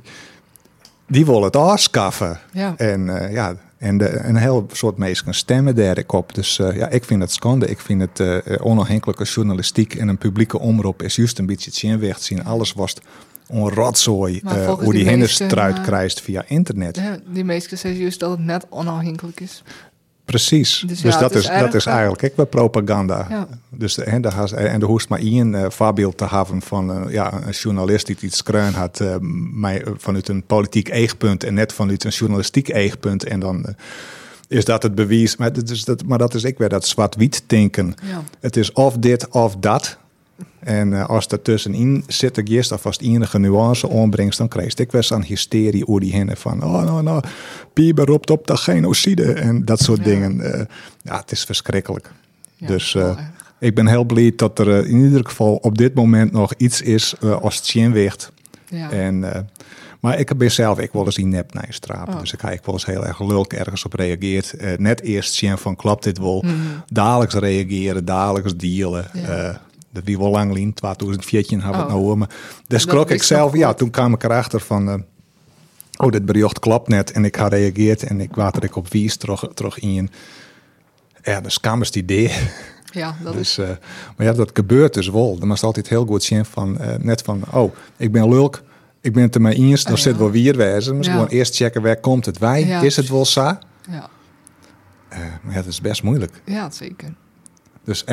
Speaker 2: die willen het afschaffen.
Speaker 4: Ja.
Speaker 2: En een heel soort mensen stemmen daar op. Dus ik vind het schande. Ik vind het onafhankelijke journalistiek en een publieke omroep is juist een beetje het zinweg zien. Alles was een rotzooi
Speaker 4: Maar volgens
Speaker 2: hoe die
Speaker 4: die
Speaker 2: hinderstruit
Speaker 4: meesten,
Speaker 2: krijgt via internet.
Speaker 4: Ja, die meesten zeggen juist dat het net onafhankelijk is.
Speaker 2: Precies.
Speaker 4: Dus
Speaker 2: Dus
Speaker 4: ja,
Speaker 2: dat
Speaker 4: het
Speaker 2: is
Speaker 4: is
Speaker 2: eigenlijk ook wel propaganda.
Speaker 4: Ja.
Speaker 2: Dus en er hoeft maar één voorbeeld te hebben van een journalist die iets schreeuwen had vanuit een politiek eegpunt en net vanuit een journalistiek eegpunt. En dan is dat het bewijs. Maar dat is ik weer dat zwart-wit denken.
Speaker 4: Ja.
Speaker 2: Het is of dit of dat. En als er tussenin zit is, of als het enige nuance onbrengt, dan krijg ik wel zo'n hysterie over die hinnen van Pieper roept op de genocide en dat soort dingen. Het is verschrikkelijk.
Speaker 4: Ja,
Speaker 2: Dus
Speaker 4: wel erg.
Speaker 2: ik ben heel blij dat er in ieder geval op dit moment nog iets is als het zinwicht.
Speaker 4: Ja.
Speaker 2: Maar ik ben zelf, ik wil eens die nepnijs strapen.
Speaker 4: Oh.
Speaker 2: Dus ik ga wel eens heel erg lulk ergens op reageerd. Net eerst zien van klopt dit wel. Dagelijks reageren, dagelijks dealen.
Speaker 4: Ja.
Speaker 2: Dat wie wel lang lien, 2014 hebben we het nou hoor. Maar dus
Speaker 4: Dat
Speaker 2: schrok ik
Speaker 4: wist
Speaker 2: zelf,
Speaker 4: nog goed.
Speaker 2: toen kwam ik erachter van dit bericht klopt net. En ik had reageerd en ik water ik op wies terug in. Ja, de scammers idee.
Speaker 4: Ja, dat
Speaker 2: Dus,
Speaker 4: is...
Speaker 2: maar ja, dat gebeurt dus wel. Dan moest altijd heel goed zien van, net van, ik ben lulk, ik ben het er maar eens, dan
Speaker 4: Oh,
Speaker 2: zit
Speaker 4: ja.
Speaker 2: wel weer wezen. Dus
Speaker 4: Ja.
Speaker 2: gewoon eerst checken, waar komt het wij?
Speaker 4: Ja,
Speaker 2: Is het wel zo?
Speaker 4: Ja,
Speaker 2: Maar ja, dat is best moeilijk.
Speaker 4: ja zeker.
Speaker 2: Dus,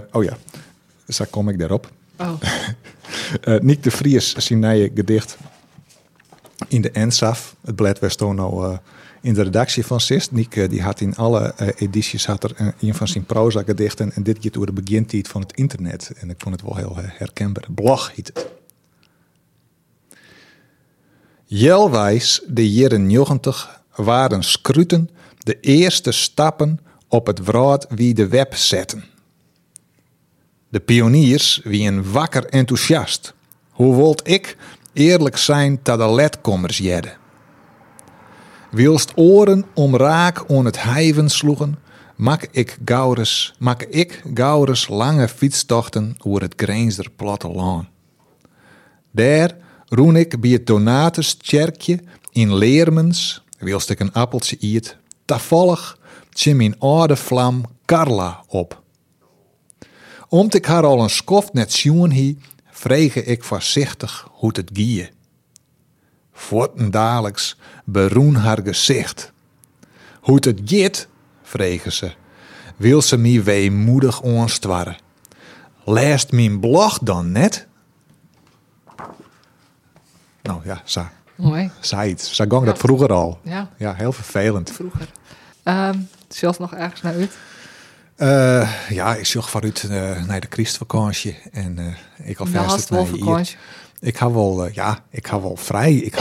Speaker 2: zo kom ik daarop.
Speaker 4: Oh,
Speaker 2: Niek de Vries zijn nieuwe gedicht in de NSAF. Het blad was toen nou in de redactie van Sist. Niek die had in alle edities een van zijn proza gedichten. En dit keer door de begintijd van het internet. En ik vond het wel heel herkenbaar. Blog heet het. Jelwijs de jaren 90 waren scruten de eerste stappen op het wraad wie de web zetten. De pioniers wien wakker enthousiast. Hoe wilt ik eerlijk zijn dat de ledkommers jedden? Wilst oren om raak on het hijven sloegen, mak ik gaures lange fietstochten over het Greenser platteland. Daar roen ik bij het Donatus-tjerkje in Leermens, wilst ik een appeltje eet, toevallig tjim mijn oude vlam Carla op. Omt ik haar al een skoft net sjoen hie, vrege ik voorzichtig hoe het gie. Voortendaliks beroen haar gezicht. Hoe het giet, vregen ze, wil ze mij weemoedig onstwarren. Leest mijn blog dan net? Nou ja,
Speaker 4: mooi.
Speaker 2: zei iets. Zo ging dat vroeger al.
Speaker 4: Ja,
Speaker 2: Ja, heel vervelend.
Speaker 4: vroeger. Zelfs nog ergens naar uit.
Speaker 2: Ik zocht vooruit naar de Christvakantie. En ik al
Speaker 4: Daar had
Speaker 2: vast
Speaker 4: het wel vakantie.
Speaker 2: Ik ga wel vrij. Ik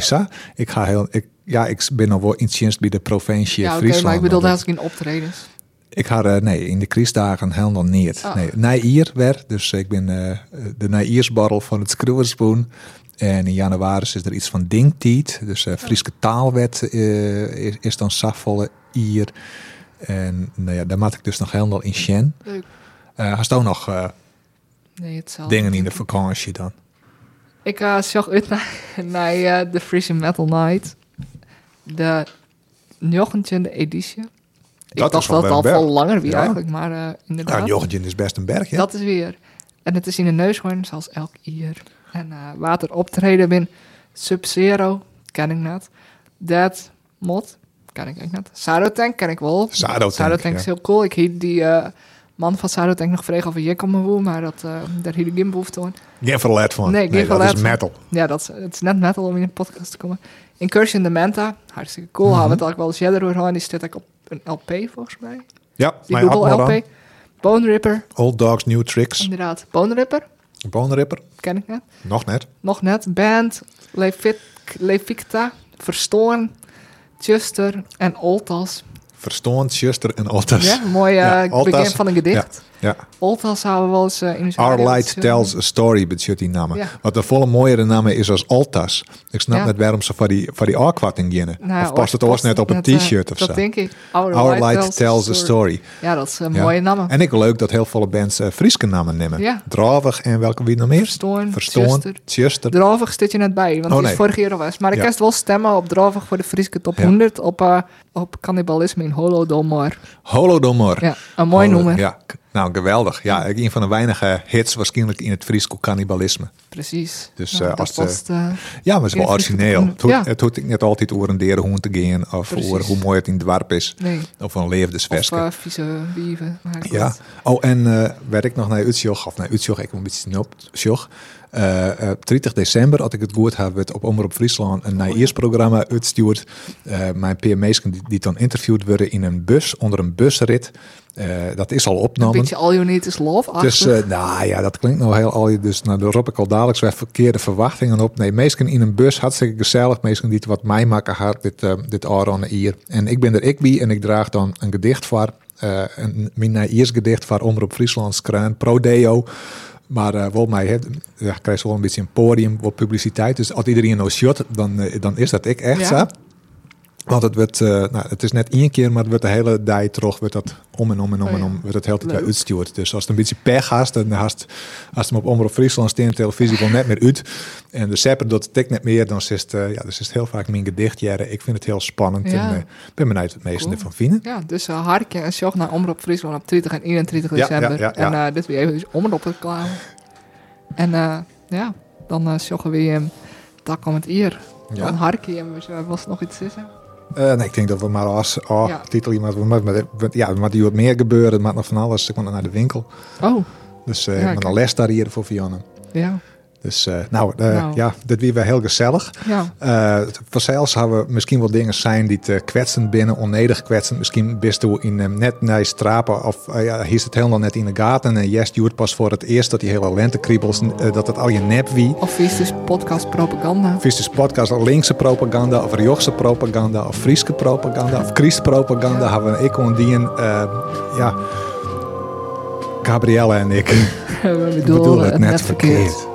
Speaker 2: ben nog wel in dienst bij de provincie
Speaker 4: Ja, oké,
Speaker 2: Friesland.
Speaker 4: maar ik bedoel,
Speaker 2: maar
Speaker 4: daar had ik in optredens.
Speaker 2: ik ga in de Christdagen helemaal niet.
Speaker 4: Oh.
Speaker 2: Nee, naïer weer. Dus ik ben de naïersbarrel van het Skruwerspoen. En in januari is er iets van Dingtiet. Dus Frieske taalwet is dan safvolle ier. En daar maak ik dus nog helemaal in Sjen.
Speaker 4: Leuk.
Speaker 2: Hast ook nog
Speaker 4: Nee, hetzelfde.
Speaker 2: dingen in de
Speaker 4: denk ik.
Speaker 2: vakantie dan?
Speaker 4: Ik zag uit naar de Freeze Metal Night. De 19e editie. Ik
Speaker 2: Dat
Speaker 4: dacht
Speaker 2: is wel
Speaker 4: dat het al
Speaker 2: een berg.
Speaker 4: veel langer weer
Speaker 2: Ja.
Speaker 4: eigenlijk, maar inderdaad.
Speaker 2: Nou, Jochentje is best een berg, ja.
Speaker 4: Dat is weer. En het is in de Neushoorn, zoals elk jaar. En water optreden bin Sub-Zero, ken ik net. Dead Mod, ken ik eigenlijk net. Sarotank ken ik wel.
Speaker 2: Sarotank,
Speaker 4: Sarotank is
Speaker 2: ja.
Speaker 4: heel cool. Ik heet die Man van Sarah denk ik nog vregen of je komen wil, maar daar hield ik geen behoefte aan.
Speaker 2: Geen verlet van.
Speaker 4: Nee, geen
Speaker 2: dat
Speaker 4: verlet
Speaker 2: is
Speaker 4: van.
Speaker 2: metal.
Speaker 4: Ja, het is net metal om in een podcast te komen. Incursion de Menta, hartstikke cool.
Speaker 2: Mhm.
Speaker 4: Hadden we het ook wel eens eerder over. Die staat ook op een LP volgens mij.
Speaker 2: Ja,
Speaker 4: Die
Speaker 2: mijn
Speaker 4: Google
Speaker 2: Admiral.
Speaker 4: LP. Bone Ripper,
Speaker 2: Old Dogs, New Tricks.
Speaker 4: inderdaad. Bone Ripper,
Speaker 2: Bone Ripper.
Speaker 4: ken ik net.
Speaker 2: Nog net.
Speaker 4: Nog net. Band, Leficta, Verstoorn, Chuster en Oltas.
Speaker 2: Verstoond, Schuster en Ottas.
Speaker 4: Ja, mooi
Speaker 2: Ja,
Speaker 4: begin
Speaker 2: Oltas.
Speaker 4: van een gedicht.
Speaker 2: Ja.
Speaker 4: Oltas houden we wel eens in
Speaker 2: Our Light Tells a Story, bedoelt die namen.
Speaker 4: Ja.
Speaker 2: Wat een volle mooiere naam is als Altas. Ik snap
Speaker 4: Ja.
Speaker 2: net waarom ze voor die aankwarting beginnen.
Speaker 4: Nou,
Speaker 2: of past het oors net op een t-shirt of
Speaker 4: dat
Speaker 2: zo.
Speaker 4: denk ik.
Speaker 2: Our Light Tells a Story.
Speaker 4: Ja, dat is een
Speaker 2: Ja.
Speaker 4: mooie naam.
Speaker 2: En ik wil leuk dat heel veel bands Frieske namen nemen.
Speaker 4: Ja.
Speaker 2: Dravig en welke wie nog meer?
Speaker 4: Verstoorn,
Speaker 2: Verstoorn,
Speaker 4: Tjuster.
Speaker 2: Tjuster.
Speaker 4: Dravig zit je net bij, want
Speaker 2: Oh,
Speaker 4: die is
Speaker 2: nee.
Speaker 4: vorig jaar al was. Maar ik
Speaker 2: Ja.
Speaker 4: kan wel stemmen op Dravig voor de Frieske top
Speaker 2: Ja.
Speaker 4: 100 op cannibalisme in Holodomor.
Speaker 2: Holodomor.
Speaker 4: Ja, een mooi noemer.
Speaker 2: Ja, nou geweldig. Ja, een van de weinige hits waarschijnlijk in het Friesko cannibalisme.
Speaker 4: Precies.
Speaker 2: Dus,
Speaker 4: Nou,
Speaker 2: als
Speaker 4: dat was
Speaker 2: Ja, maar het is wel
Speaker 4: Ja,
Speaker 2: origineel.
Speaker 4: Frieske top 100.
Speaker 2: Het hoeft net altijd over een derde hoen te gaan. Of
Speaker 4: Precies.
Speaker 2: over hoe mooi het in het dorp is.
Speaker 4: Nee.
Speaker 2: Of een
Speaker 4: Of
Speaker 2: leefdesverske.
Speaker 4: vieze wieven. Maar goed.
Speaker 2: Ja. Oh, en werd ik nog naar Utrecht, of naar Utrecht, ik een beetje snop, 30 december, had ik het goed heb, werd op Omroep Friesland een naïersprogramma uitstuurd. Mijn PM's'ken die dan interviewd worden in een bus, onder een busrit. Dat is al
Speaker 4: Een
Speaker 2: opgenomen.
Speaker 4: beetje All You Need Is Love.
Speaker 2: Dus, nou ja, dat klinkt nou heel al. Dus nou, daar roep ik al dadelijk weer verkeerde verwachtingen op. Nee, meestal in een bus, hartstikke gezellig. Meestal die het wat mij maken had, dit Aron hier. En ik ben er ik bij en ik draag dan een gedicht voor. Mijn eerste gedicht voor Omroep Frieslands kraan, Pro Deo. Maar wel mij krijg je wel een beetje een podium, wat publiciteit. Dus als iedereen nou shot, dan is dat ik echt
Speaker 4: Ja.
Speaker 2: zo. Want het werd, het is net één keer, maar het wordt de hele dag terug, wordt dat om en om en om
Speaker 4: Oh ja.
Speaker 2: en om, wordt het hele tijd weer
Speaker 4: Leuk.
Speaker 2: uitgestuurd. Dus als het een beetje pech hast, dan hast als hem op Omroep Friesland staan, televisie wel net meer uit. En de sepper doet het ik net meer, dan is het, dus is het heel vaak mijn gedichtjaren. Ik vind het heel spannend
Speaker 4: Ja.
Speaker 2: en ben benieuwd wat mensen
Speaker 4: Cool.
Speaker 2: ervan vinden.
Speaker 4: Ja, dus hartje en sjog naar Omroep Friesland op 20 en 21
Speaker 2: Ja,
Speaker 4: december.
Speaker 2: ja.
Speaker 4: En dit weer even Omroep het klaar. En dan sjoggen we hem. Daar komt het hier.
Speaker 2: Ja.
Speaker 4: Dan hartje en was nog iets tussen.
Speaker 2: Nee, ik denk dat we maar als
Speaker 4: Ja.
Speaker 2: titel iemand, maar die wat meer gebeuren, maar nog van alles. Ik moet nog naar de winkel.
Speaker 4: Oh,
Speaker 2: Dus
Speaker 4: ik
Speaker 2: ik moet een les daar hier voor Vianne.
Speaker 4: ja.
Speaker 2: Dus
Speaker 4: Nou.
Speaker 2: ja, dit weer heel gezellig.
Speaker 4: Ja,
Speaker 2: Vanzelfs hebben we misschien wel dingen zijn die te kwetsend binnen, onnedig kwetsend. Misschien bist u in net naar je strapen of hier is het helemaal net in de gaten. En juist duurt pas voor het eerst dat die hele lentekriebels, dat het al je nep wie.
Speaker 4: of is dus podcast propaganda.
Speaker 2: Vies dus podcast linkse propaganda of Jochse propaganda of Frieske propaganda of Christpropaganda
Speaker 4: Ja.
Speaker 2: hebben ik ondien. Gabrielle en ik
Speaker 4: We
Speaker 2: bedoelen het net verkeerd.